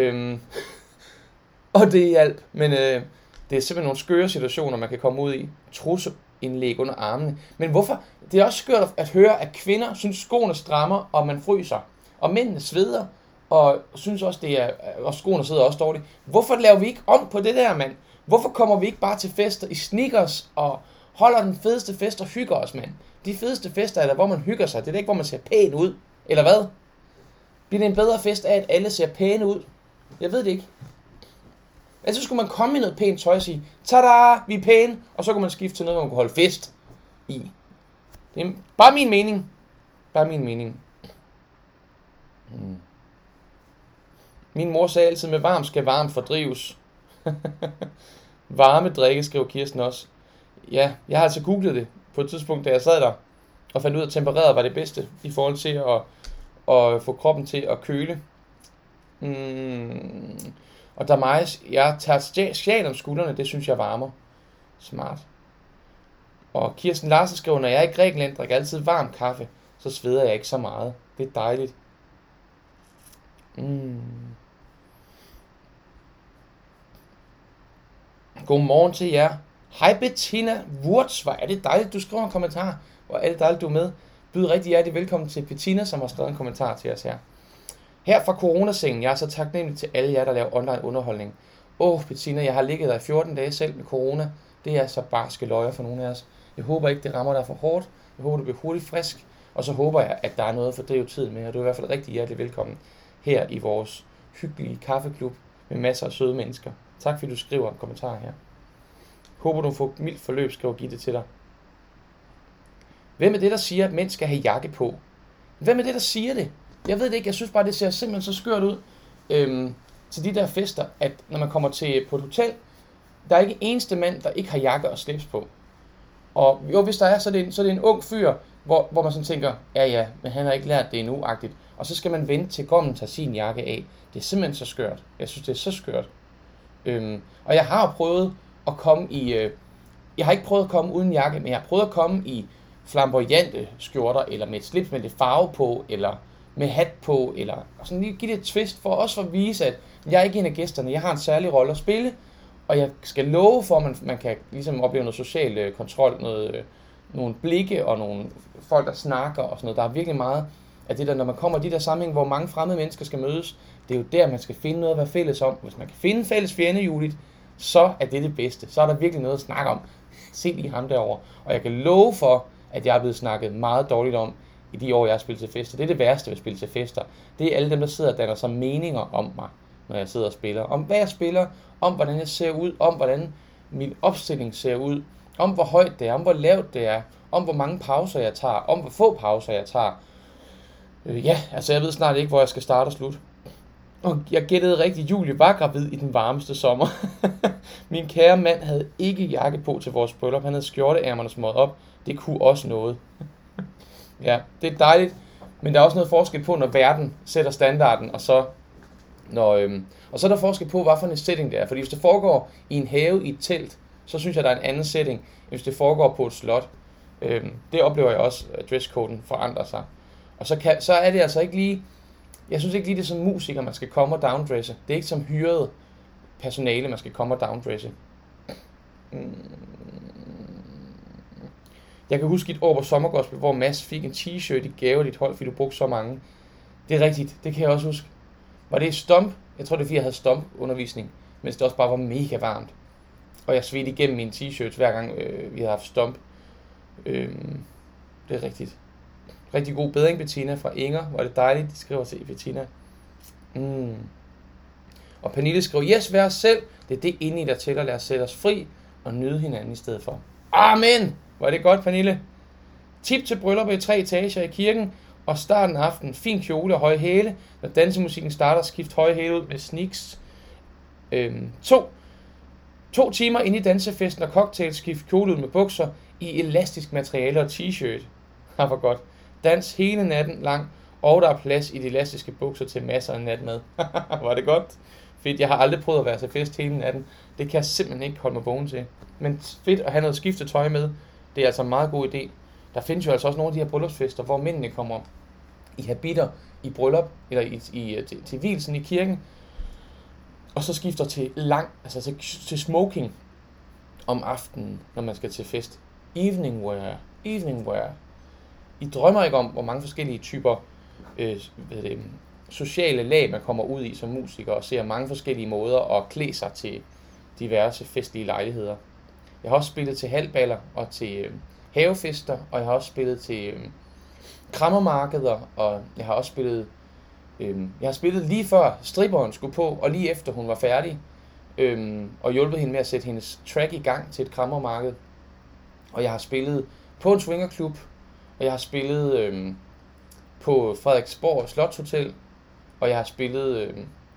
Og det hjalp, men det er simpelthen nogle skøre situationer, man kan komme ud i. Trusseindlæg under armene. Men hvorfor? Det er også skørt at høre, at kvinder synes, skoene strammer, og man fryser. Og mændene sveder, og synes også, og skoene sidder også dårligt. Hvorfor laver vi ikke om på det der, mand? Hvorfor kommer vi ikke bare til fester i sneakers, og holder den fedeste fest og hygger os, mand? De fedeste fester er der, hvor man hygger sig. Det er ikke, hvor man ser pæn ud. Eller hvad? Bliver det en bedre fest af, at alle ser pæne ud? Jeg ved det ikke. Altså skulle man komme i noget pænt tøj og sige, tada, vi er pæne, og så kunne man skifte til noget, hvor man kunne holde fest i. Det er bare min mening. Bare min mening. Min mor sagde altid, med varm skal varmt fordrives. Varme drikke, skriver Kirsten også. Ja, jeg har altså googlet det på et tidspunkt, da jeg sad der, og fandt ud af, at tempereret var det bedste, i forhold til at få kroppen til at køle. Og der er mig, jeg tager sjal om skuldrene, det synes jeg varmer. Smart. Og Kirsten Larsen skriver, når jeg er i Grækenland, drikker altid varm kaffe, så sveder jeg ikke så meget. Det er dejligt. Godmorgen til jer. Hej Bettina Wurtz, hvor er det dejligt, du skriver en kommentar. Hvor er det dejligt, du er med. Byd rigtig hjertelig velkommen til Bettina, som har skrevet en kommentar til os her. Her fra coronasengen, jeg er så taknemmelig til alle jer, der laver online underholdning. Bettina, jeg har ligget der i 14 dage selv med corona. Det er så barske løjer for nogle af os. Jeg håber ikke, det rammer dig for hårdt. Jeg håber, du bliver hurtigt frisk. Og så håber jeg, at der er noget at fordrive tiden med. Og du er i hvert fald rigtig hjertelig velkommen her i vores hyggelige kaffeklub med masser af søde mennesker. Tak fordi du skriver en kommentar her. Håber du får mildt forløb, skriver Gitte til dig. Hvem er det, der siger, at mænd skal have jakke på? Hvem er det, der siger det? Jeg ved det ikke, jeg synes bare, det ser simpelthen så skørt ud til de der fester, at når man kommer på et hotel, der er ikke eneste mand, der ikke har jakke og slips på. Og jo, hvis der er, så er det en ung fyr, hvor man sådan tænker, ja, men han har ikke lært det endnu-agtigt. Og så skal man vente til gommen tager sin jakke af. Det er simpelthen så skørt. Jeg synes, det er så skørt. Og jeg har prøvet at komme jeg har ikke prøvet at komme uden jakke, men jeg har prøvet at komme i flamboyante skjorter, eller med et slips med lidt farve på, eller med hat på, eller sådan lige give det et twist, for også at vise, at jeg er ikke en af gæsterne. Jeg har en særlig rolle at spille, og jeg skal love for, at man kan ligesom opleve noget social kontrol, nogle blikke og nogle folk, der snakker og sådan noget. Der er virkelig meget af det der, når man kommer i de der sammenhæng, hvor mange fremmede mennesker skal mødes, det er jo der, man skal finde noget at være fælles om. Hvis man kan finde en fælles fjende, Judith, så er det bedste. Så er der virkelig noget at snakke om. Se lige ham derovre. Og jeg kan love for, at jeg er blevet snakket meget dårligt om i de år, jeg har spillet til fester. Det er det værste ved at spille til fester. Det er alle dem, der sidder og danner sig meninger om mig, når jeg sidder og spiller. Om hvad jeg spiller, om hvordan jeg ser ud, om hvordan min opstilling ser ud, om hvor højt det er, om hvor lavt det er, om hvor mange pauser jeg tager, om hvor få pauser jeg tager. Jeg ved snart ikke, hvor jeg skal starte og slutte. Og jeg gættede rigtigt, Julie var gravid i den varmeste sommer. Min kære mand havde ikke jakke på til vores bryllup. Han havde skjorteærmerne smået op. Det kunne også noget. Ja, det er dejligt. Men der er også noget forskel på, når verden sætter standarden, og så er der forskel på, hvad for en setting det er. Fordi hvis det foregår i en have i et telt, så synes jeg, der er en anden setting, end hvis det foregår på et slot. Det oplever jeg også, at dresscoden forandrer sig. Og så er det altså ikke lige... Jeg synes ikke lige, det er som musiker, man skal komme og downdresse. Det er ikke som hyret personale, man skal komme og downdresse. Jeg kan huske et år på Sommergospel, hvor Mads fik en t-shirt i gave af dit hold, fordi du brugte så mange. Det er rigtigt, det kan jeg også huske. Var det stomp? Jeg tror, det er fordi, jeg havde stomp-undervisning, mens det også bare var mega varmt. Og jeg svedte igennem mine t-shirts, hver gang vi havde haft stomp. Det er rigtigt. Rigtig god bedring, Bettina, fra Inger. Var det dejligt, de skriver til Bettina. Og Pernille skriver, yes, vær os selv. Det er det inde i der tæller. Lad os sætte os fri og nyde hinanden i stedet for. Amen! Var det godt, Pernille? Tip til bryllup i 3 etager i kirken. Og starten af aftenen, fin kjole og høje hæle. Når dansemusikken starter, skift høje hæle ud med sneaks. 2 timer inde i dansefesten og cocktail, skift kjole ud med bukser i elastisk materiale og t-shirt. Det var godt. Dans hele natten lang, og der er plads i de elastiske bukser til masser af natmad. Var det godt? Fedt, jeg har aldrig prøvet at være til fest hele natten. Det kan jeg simpelthen ikke holde mig vågen til. Men fedt at have noget skiftet tøj med, det er altså en meget god idé. Der findes jo altså også nogle af de her bryllupsfester, hvor mændene kommer i habitter i bryllup, eller til vielsen i kirken, og så skifter til smoking om aftenen, når man skal til fest. Evening wear. I drømmer ikke om, hvor mange forskellige typer sociale lag, man kommer ud i som musiker, og ser mange forskellige måder at klæde sig til diverse festlige lejligheder. Jeg har også spillet til halballer og til havefester, og jeg har også spillet til krammermarkeder, og jeg har også spillet lige før stripperen skulle på, og lige efter hun var færdig, og hjulpet hende med at sætte hendes track i gang til et krammermarked. Og jeg har spillet på en swingerklub, og jeg har spillet på Frederiksborg Slotshotel, og jeg har spillet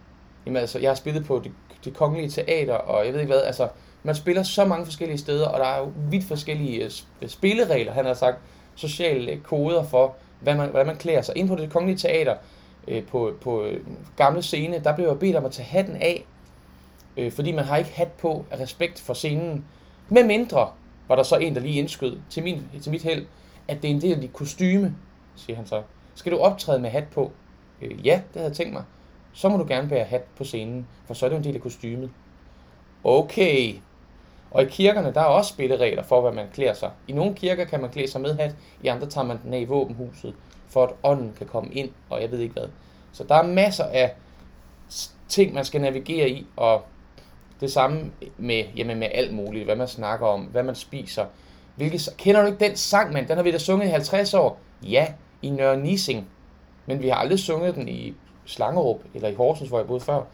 på det Kongelige Teater, og jeg ved ikke hvad, altså man spiller så mange forskellige steder, og der er jo vidt forskellige spilleregler, han har sagt, sociale koder for, hvordan man klæder sig. Inde på det Kongelige Teater, på gamle scene, der blev jeg bedt om at tage hatten af, fordi man har ikke hat på af respekt for scenen. Med mindre var der så en, der lige indskød til mit held, at det er en del af dit kostyme, siger han så. Skal du optræde med hat på? Ja, det havde jeg tænkt mig. Så må du gerne bære hat på scenen, for så er det en del af kostymet. Okay. Og i kirkerne, der er også spilleregler for, hvad man klæder sig. I nogle kirker kan man klæde sig med hat, i andre tager man den af i våbenhuset, for at ånden kan komme ind, og jeg ved ikke hvad. Så der er masser af ting, man skal navigere i, og det samme med alt muligt, hvad man snakker om, hvad man spiser. Kender du ikke den sang, mand? Den har vi da sunget i 50 år. Ja, i Nørre Nissing. Men vi har aldrig sunget den i Slangerup, eller i Horsens, hvor jeg boede før.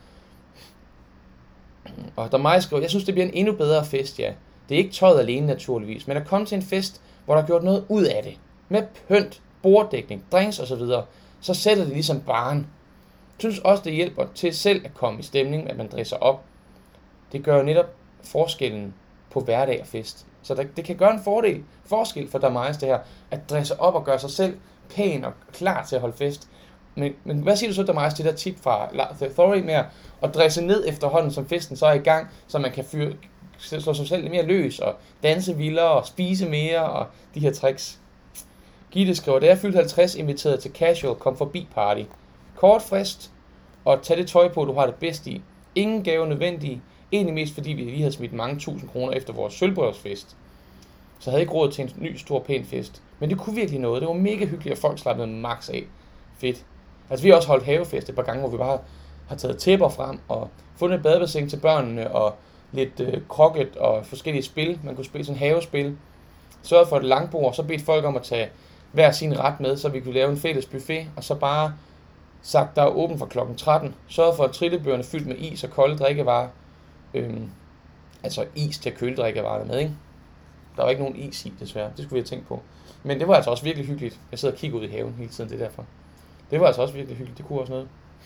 Og der mig skriver, jeg synes, det bliver en endnu bedre fest, ja. Det er ikke tøjet alene, naturligvis, men at komme til en fest, hvor der er gjort noget ud af det. Med pynt, borddækning, drinks osv., så sætter det ligesom barn. Jeg synes også, det hjælper til selv at komme i stemning, at man dresser op. Det gør jo netop forskellen på hverdag og fest. Så det kan gøre en forskel for Damaris det her, at dresse op og gøre sig selv pæn og klar til at holde fest. Men hvad siger du så, Damaris, det der tip fra Theory med at dresse ned efterhånden, som festen så er i gang, så man kan slå sig selv lidt mere løs og danse vildere og spise mere og de her tricks. Gitte skriver, da jeg fyldte 50, inviteret til casual, kom forbi party. Kort frist, og tag det tøj på, du har det bedst i. Ingen gave nødvendige, egentlig mest fordi vi lige havde smidt mange tusind kroner efter vores sølvbrødsfest. Så havde jeg ikke råd til en ny, stor, pæn fest. Men det kunne virkelig noget. Det var mega hyggeligt, at folk slappede max af. Fedt. Altså vi har også holdt havefest et par gange, hvor vi bare har taget tæpper frem og fundet et badebassin til børnene og lidt krokket og forskellige spil. Man kunne spille sådan havespil. Sørgede for et langbord, så bedte folk om at tage hver sin ret med, så vi kunne lave en fælles buffet, og så bare sagt, der er åben fra klokken 13. Sørgede for, at trillebørene fyldt med is og kolde drikkevarer. Altså is til køledrikkevarer med, ikke? Der var ikke nogen is i, desværre. Det skulle vi have tænkt på. Men det var altså også virkelig hyggeligt. Jeg sidder og kigger ud i haven hele tiden, det er derfor. Det var altså også virkelig hyggeligt. Det kunne også noget.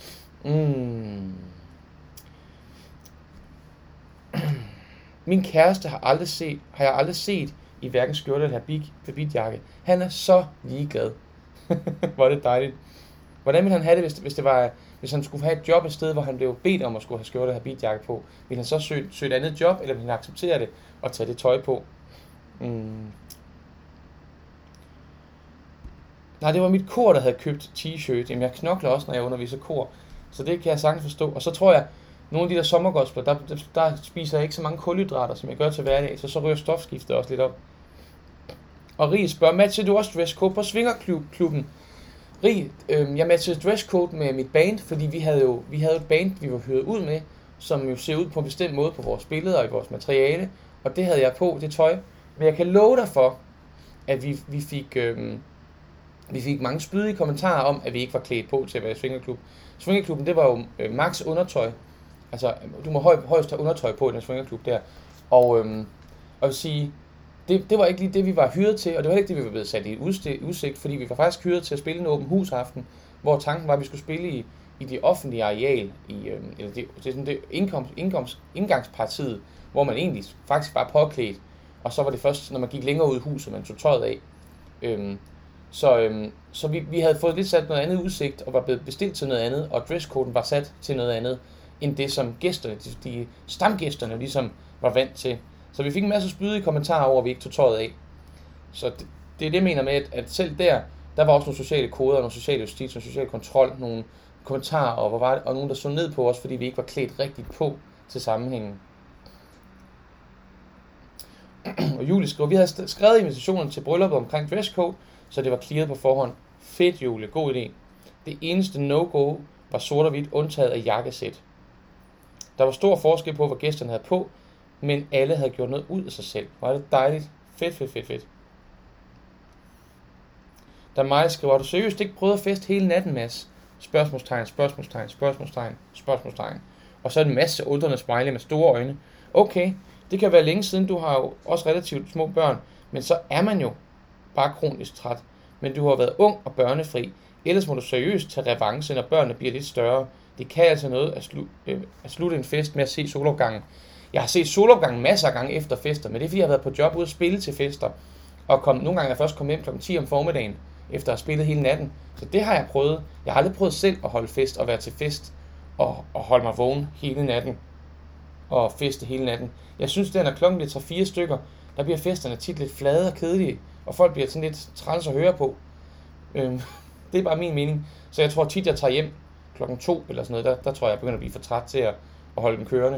Min kæreste har jeg aldrig set i hverken skjorte eller habitjakke. Han er så ligeglad. Hvor er det dejligt. Hvordan ville han have det, hvis han skulle have et job et sted, hvor han blev bedt om at skulle have skjorte og habitjakke på? Ville han så søge et andet job, eller ville han acceptere det og tage det tøj på? Nej, det var mit kor, der havde købt t-shirt. Jamen, jeg knokler også, når jeg underviser kor. Så det kan jeg sagtens forstå. Og så tror jeg, nogle af de der sommergospel, der spiser jeg ikke så mange kulhydrater, som jeg gør til hverdag. Så ryger stofskiftet også lidt op. Og Rie spørger, matcher du også dresscode på Svingerklubben? Rie, jeg matchede dresscode med mit band, fordi vi havde et band, vi var hyret ud med, som jo ser ud på en bestemt måde på vores billeder og i vores materiale. Og det havde jeg på, det tøj. Men jeg kan love dig for, at vi fik mange spydige kommentarer om, at vi ikke var klædt på til at være i Svingerklub. Svingerklubben, det var jo max undertøj. Altså, du må højst have undertøj på i den Svingerklub der. Og jeg vil sige, det var ikke lige det, vi var hyret til, og det var ikke det, vi var blevet sat i udsigt, fordi vi var faktisk hyret til at spille en åben husaften, hvor tanken var, at vi skulle spille i det offentlige areal, det er sådan det indgangspartiet, hvor man egentlig faktisk var påklædt, og så var det først, når man gik længere ud i huset, man tog tøjet af. Så vi havde fået lidt sat noget andet udsigt, og var blevet bestilt til noget andet, og dresskoden var sat til noget andet, end det som gæsterne, de stamgæsterne ligesom var vant til. Så vi fik en masse spydige kommentarer over, at vi ikke tog tøjet af. Så det er det, jeg mener med, at selv der var også nogle sociale koder, nogle sociale justits, nogle social kontrol, nogle kommentarer, og nogen, der så ned på os, fordi vi ikke var klædt rigtigt på til sammenhængen. Og Julie skriver, vi havde skrevet invitationen til brylluppet omkring dresscode, så det var clearet på forhånd. Fedt, Julie, god idé. Det eneste no-go var sort og hvidt, undtaget af jakkesæt. Der var stor forskel på, hvad gæsterne havde på, men alle havde gjort noget ud af sig selv. Var det dejligt? Fedt. Da Maja skriver, har du seriøst ikke prøvet at feste hele natten, Mads? Spørgsmålstegn. Og så en masse undrende smiley med store øjne. Okay, det kan være længe siden, du har jo også relativt små børn, men så er man jo bare kronisk træt. Men du har været ung og børnefri. Ellers må du seriøst tage revanche, når børnene bliver lidt større. Det kan altså noget at slutte en fest med at se solopgangen. Jeg har set solopgangen masser af gange efter fester, men det er fordi, jeg har været på job ude at spille til fester. Og nogle gange er jeg først kommet hjem kl. 10 om formiddagen, efter at have spillet hele natten. Så det har jeg prøvet. Jeg har aldrig prøvet selv at holde fest og være til fest og holde mig vågen hele natten. Og feste hele natten. Jeg synes, det er, når klokken bliver 3-4 stykker, der bliver festerne tit lidt flade og kedelige. Og folk bliver sådan lidt træls at høre på. Det er bare min mening. Så jeg tror tit, jeg tager hjem klokken 2 eller sådan noget. Der tror jeg, jeg begynder at blive for træt til at holde den kørende.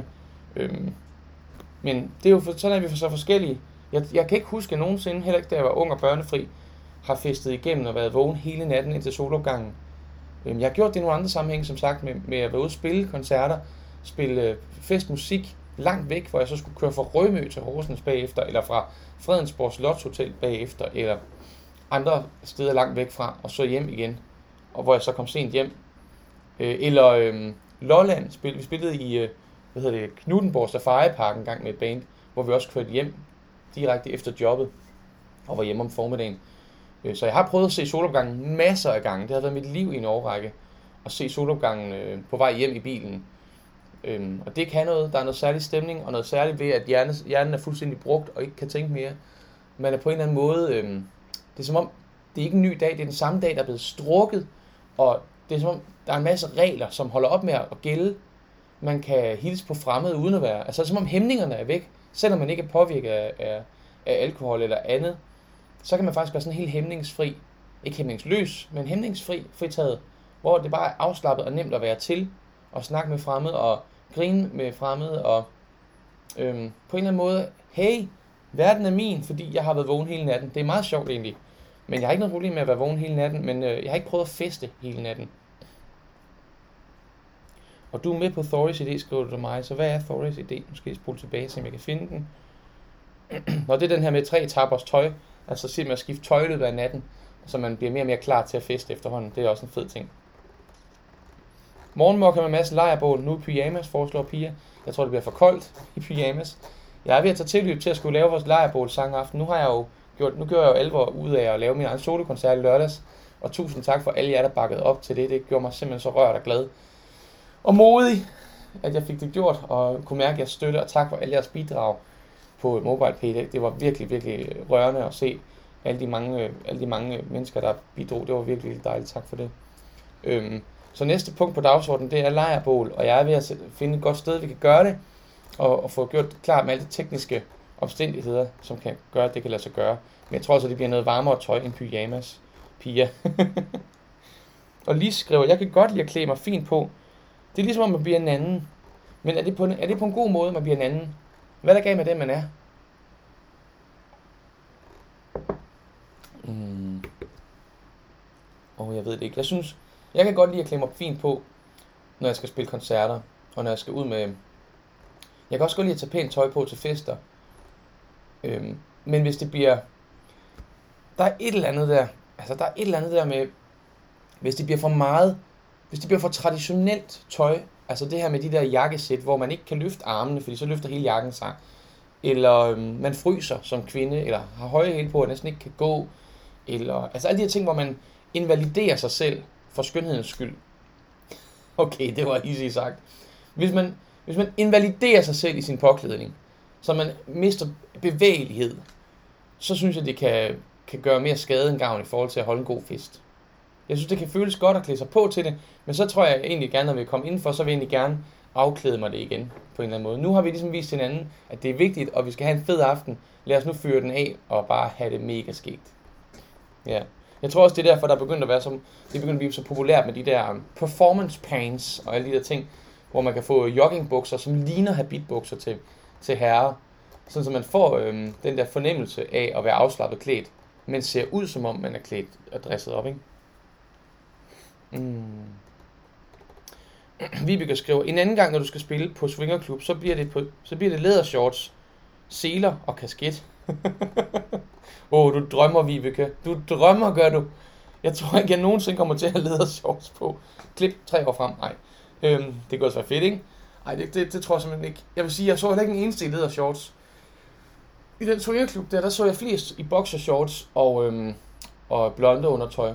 Men det er jo sådan, at vi er så forskellige. Jeg kan ikke huske at nogensinde, heller ikke da jeg var ung og børnefri, har festet igennem og været vågen hele natten indtil solopgangen. Jeg har gjort det i nogle andre sammenhænge, som sagt, med at være ude og spille koncerter, spille festmusik langt væk, hvor jeg så skulle køre fra Rømø til Horsens bagefter, eller fra Fredensborg Slotshotel bagefter, eller andre steder langt væk fra, og så hjem igen, og hvor jeg så kom sent hjem. Eller Lolland, vi spillede i Knuthenborg Safari Park en gang med et band, hvor vi også kørte hjem direkte efter jobbet, og var hjemme om formiddagen. Så jeg har prøvet at se solopgangen masser af gange. Det har været mit liv i en årrække, at se solopgangen på vej hjem i bilen. Og det kan noget. Der er noget særlig stemning, og noget særligt ved, at hjernen er fuldstændig brugt, og ikke kan tænke mere. Man er på en eller anden måde, det er som om, det er ikke en ny dag, det er den samme dag, der er blevet strukket, og det er som om, der er en masse regler, som holder op med at gælde. Man kan hilse på fremmede uden at være, altså som om hæmningerne er væk, selvom man ikke er påvirket af alkohol eller andet, så kan man faktisk være sådan helt hæmningsfri, ikke hæmningsløs, men hæmningsfri, fritaget, hvor det bare er afslappet og nemt at være til, og snakke med fremmede, og grine med fremmede, og på en eller anden måde, hey, verden er min, fordi jeg har været vågen hele natten. Det er meget sjovt egentlig, men jeg har ikke noget problem med at være vågen hele natten, men jeg har ikke prøvet at feste hele natten. Og du er med på Thoris idé, skriver du til mig. Så hvad er Thoris idé? Nu skal jeg spole tilbage, så jeg kan finde den. Når det er den her med 3 etapers tøj, altså simpelthen at skifte tøj i løbet af natten, så man bliver mere og mere klar til at feste efterhånden. Det er også en fed ting. Morgenmokka med masse lejrbål. Nu i pyjamas, foreslår Pia. Jeg tror, det bliver for koldt i pyjamas. Jeg er ved at tage tilløb til at skulle lave vores lejrbål sang aften. Nu gør jeg jo alvor ud af at lave min egen solokoncert i lørdags. Og tusind tak for alle jer, der bakkede op til det. Det gjorde mig simpelthen så rørt og glad. Og modig, at jeg fik det gjort, og kunne mærke, at jeg støtter. Og tak for alle jeres bidrag på MobilePay. Det var virkelig, virkelig rørende at se alle de mange mennesker, der bidrog. Det var virkelig dejligt. Tak for det. Så næste punkt på dagsordenen, det er lejrbål, og jeg er ved at finde et godt sted, vi kan gøre det, og få gjort klart med alle de tekniske omstændigheder, som kan gøre, at det kan lade sig gøre. Men jeg tror altså, det bliver noget varmere tøj end pyjamas. Pia. Og Lis skriver, jeg kan godt lide at klæde mig fint på. Det er ligesom, om man bliver en anden. Men er det på en god måde, man bliver en anden? Hvad er der galt med det, man er? Jeg ved det ikke. Jeg kan godt lide at klæde mig fint på, når jeg skal spille koncerter, og når jeg skal ud med... Jeg kan også godt lide at tage pænt tøj på til fester. Men hvis det bliver... Der er et eller andet der med... Hvis det bliver for meget... Hvis det bliver for traditionelt tøj, altså det her med de der jakkesæt, hvor man ikke kan løfte armene, fordi så løfter hele jakken sig. Eller man fryser som kvinde, eller har høje hæle på, og næsten ikke kan gå. Eller... Altså alle de her ting, hvor man invaliderer sig selv for skønhedens skyld. Okay, det var easy sagt. Hvis man invaliderer sig selv i sin påklædning, så man mister bevægelighed, så synes jeg, det kan gøre mere skade end gavn i forhold til at holde en god fest. Jeg synes, det kan føles godt at klæde sig på til det, men så tror jeg egentlig gerne, når vi kommer indenfor, så vil jeg egentlig gerne afklæde mig det igen på en eller anden måde. Nu har vi ligesom vist hinanden, at det er vigtigt, og vi skal have en fed aften. Lad os nu fyre den af og bare have det mega skægt. Ja. Jeg tror også, det er derfor, der er begyndt at blive så populært med de der performance pants og alle de der ting, hvor man kan få joggingbukser, som ligner habitbukser til herrer. Sådan så man får den der fornemmelse af at være afslappet klædt, men ser ud som om man er klædt og dresset op, ikke? Vibeke skriver, en anden gang, når du skal spille på swingerklub, så bliver det lædershorts, seler og kasket. Du drømmer, Vibeke. Du drømmer, gør du. Jeg tror ikke, jeg nogensinde kommer til at have lædershorts på. Klip 3 år frem. Nej. Det kunne også være fedt, ikke? Nej, det tror jeg simpelthen ikke. Jeg vil sige, jeg så heller ikke en eneste i lædershorts. I den swingerklub der så jeg flest i boxershorts og blonde undertøj.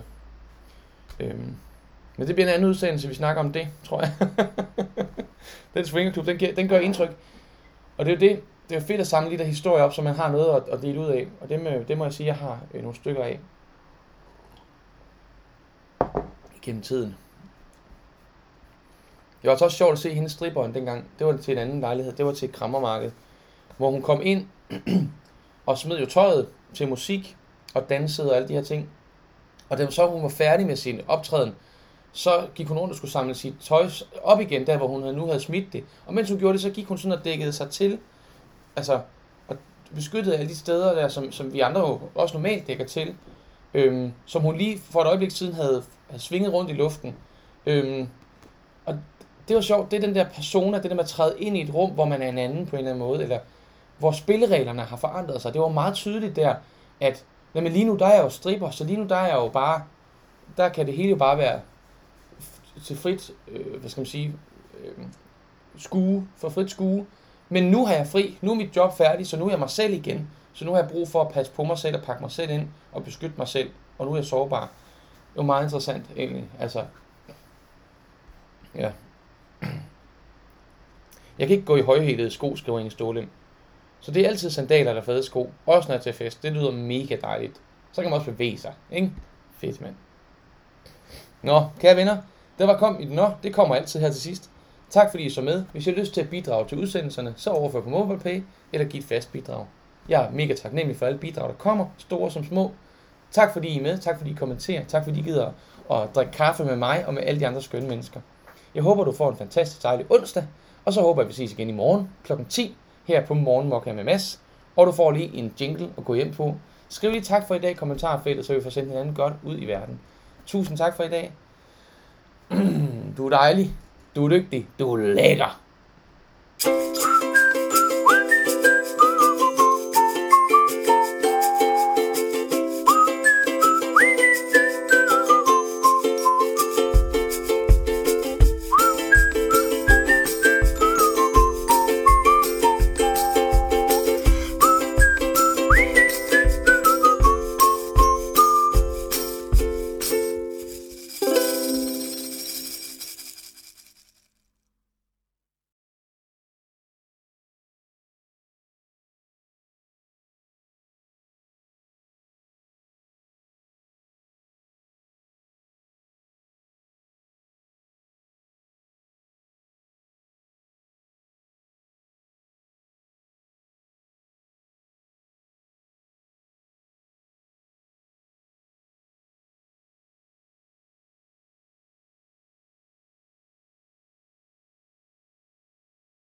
Men det bliver en anden udsendelse, vi snakker om det, tror jeg. Den swingerklub, den gør indtryk. Og det er jo det. Det er fedt at samle de der historier op, så man har noget at dele ud af. Og det må jeg sige, jeg har nogle stykker af. Gennem tiden. Det var også sjovt at se hende stripperen dengang. Det var til en anden lejlighed. Det var til et krammermarked. Hvor hun kom ind og smed jo tøjet til musik og dansede og alle de her ting. Og da så hun var færdig med sin optræden, så gik hun rundt og skulle samle sit tøj op igen, der hvor hun nu havde smidt det. Og mens hun gjorde det, så gik hun sådan og dækkede sig til. Altså, og beskyttede alle de steder der, som vi andre jo også normalt dækker til. Som hun lige for et øjeblik siden havde svinget rundt i luften. Og det var sjovt, det er den der persona, det der med at træde ind i et rum, hvor man er en anden på en eller anden måde, eller hvor spillereglerne har forandret sig. Det var meget tydeligt der, at jamen lige nu der er jeg jo stripper, så lige nu der er jeg jo bare, der kan det hele jo bare være til frit, frit skue. Men nu har jeg fri, nu er mit job færdig, så nu er jeg mig selv igen. Så nu har jeg brug for at passe på mig selv og pakke mig selv ind og beskytte mig selv. Og nu er jeg sårbar. Det var meget interessant egentlig. Altså, ja. Jeg kan ikke gå i højhælede sko, skriver Inge Stålind. Så det er altid sandaler eller fede sko. Også når jeg er til fest. Det lyder mega dejligt. Så kan man også bevæge sig, ikke? Fedt, mand. Nå, kære venner. Det kommer altid her til sidst. Tak fordi I så med. Hvis I har lyst til at bidrage til udsendelserne, så overfør på MobilePay eller giv et fast bidrag. Jeg er mega taknemmelig for alle bidrag, der kommer, store som små. Tak fordi I er med, tak fordi I kommenterer, tak fordi I gider at drikke kaffe med mig og med alle de andre skønne mennesker. Jeg håber, du får en fantastisk dejlig onsdag, og så håber jeg, vi ses igen i morgen kl. 10 her på Morgenmokka med Mads. Og du får lige en jingle at gå hjem på. Skriv lige tak for i dag i kommentarfeltet, så vi får sendt hinanden godt ud i verden. Tusind tak for i dag. Du er dejlig. Du er dygtig. Du er lækker.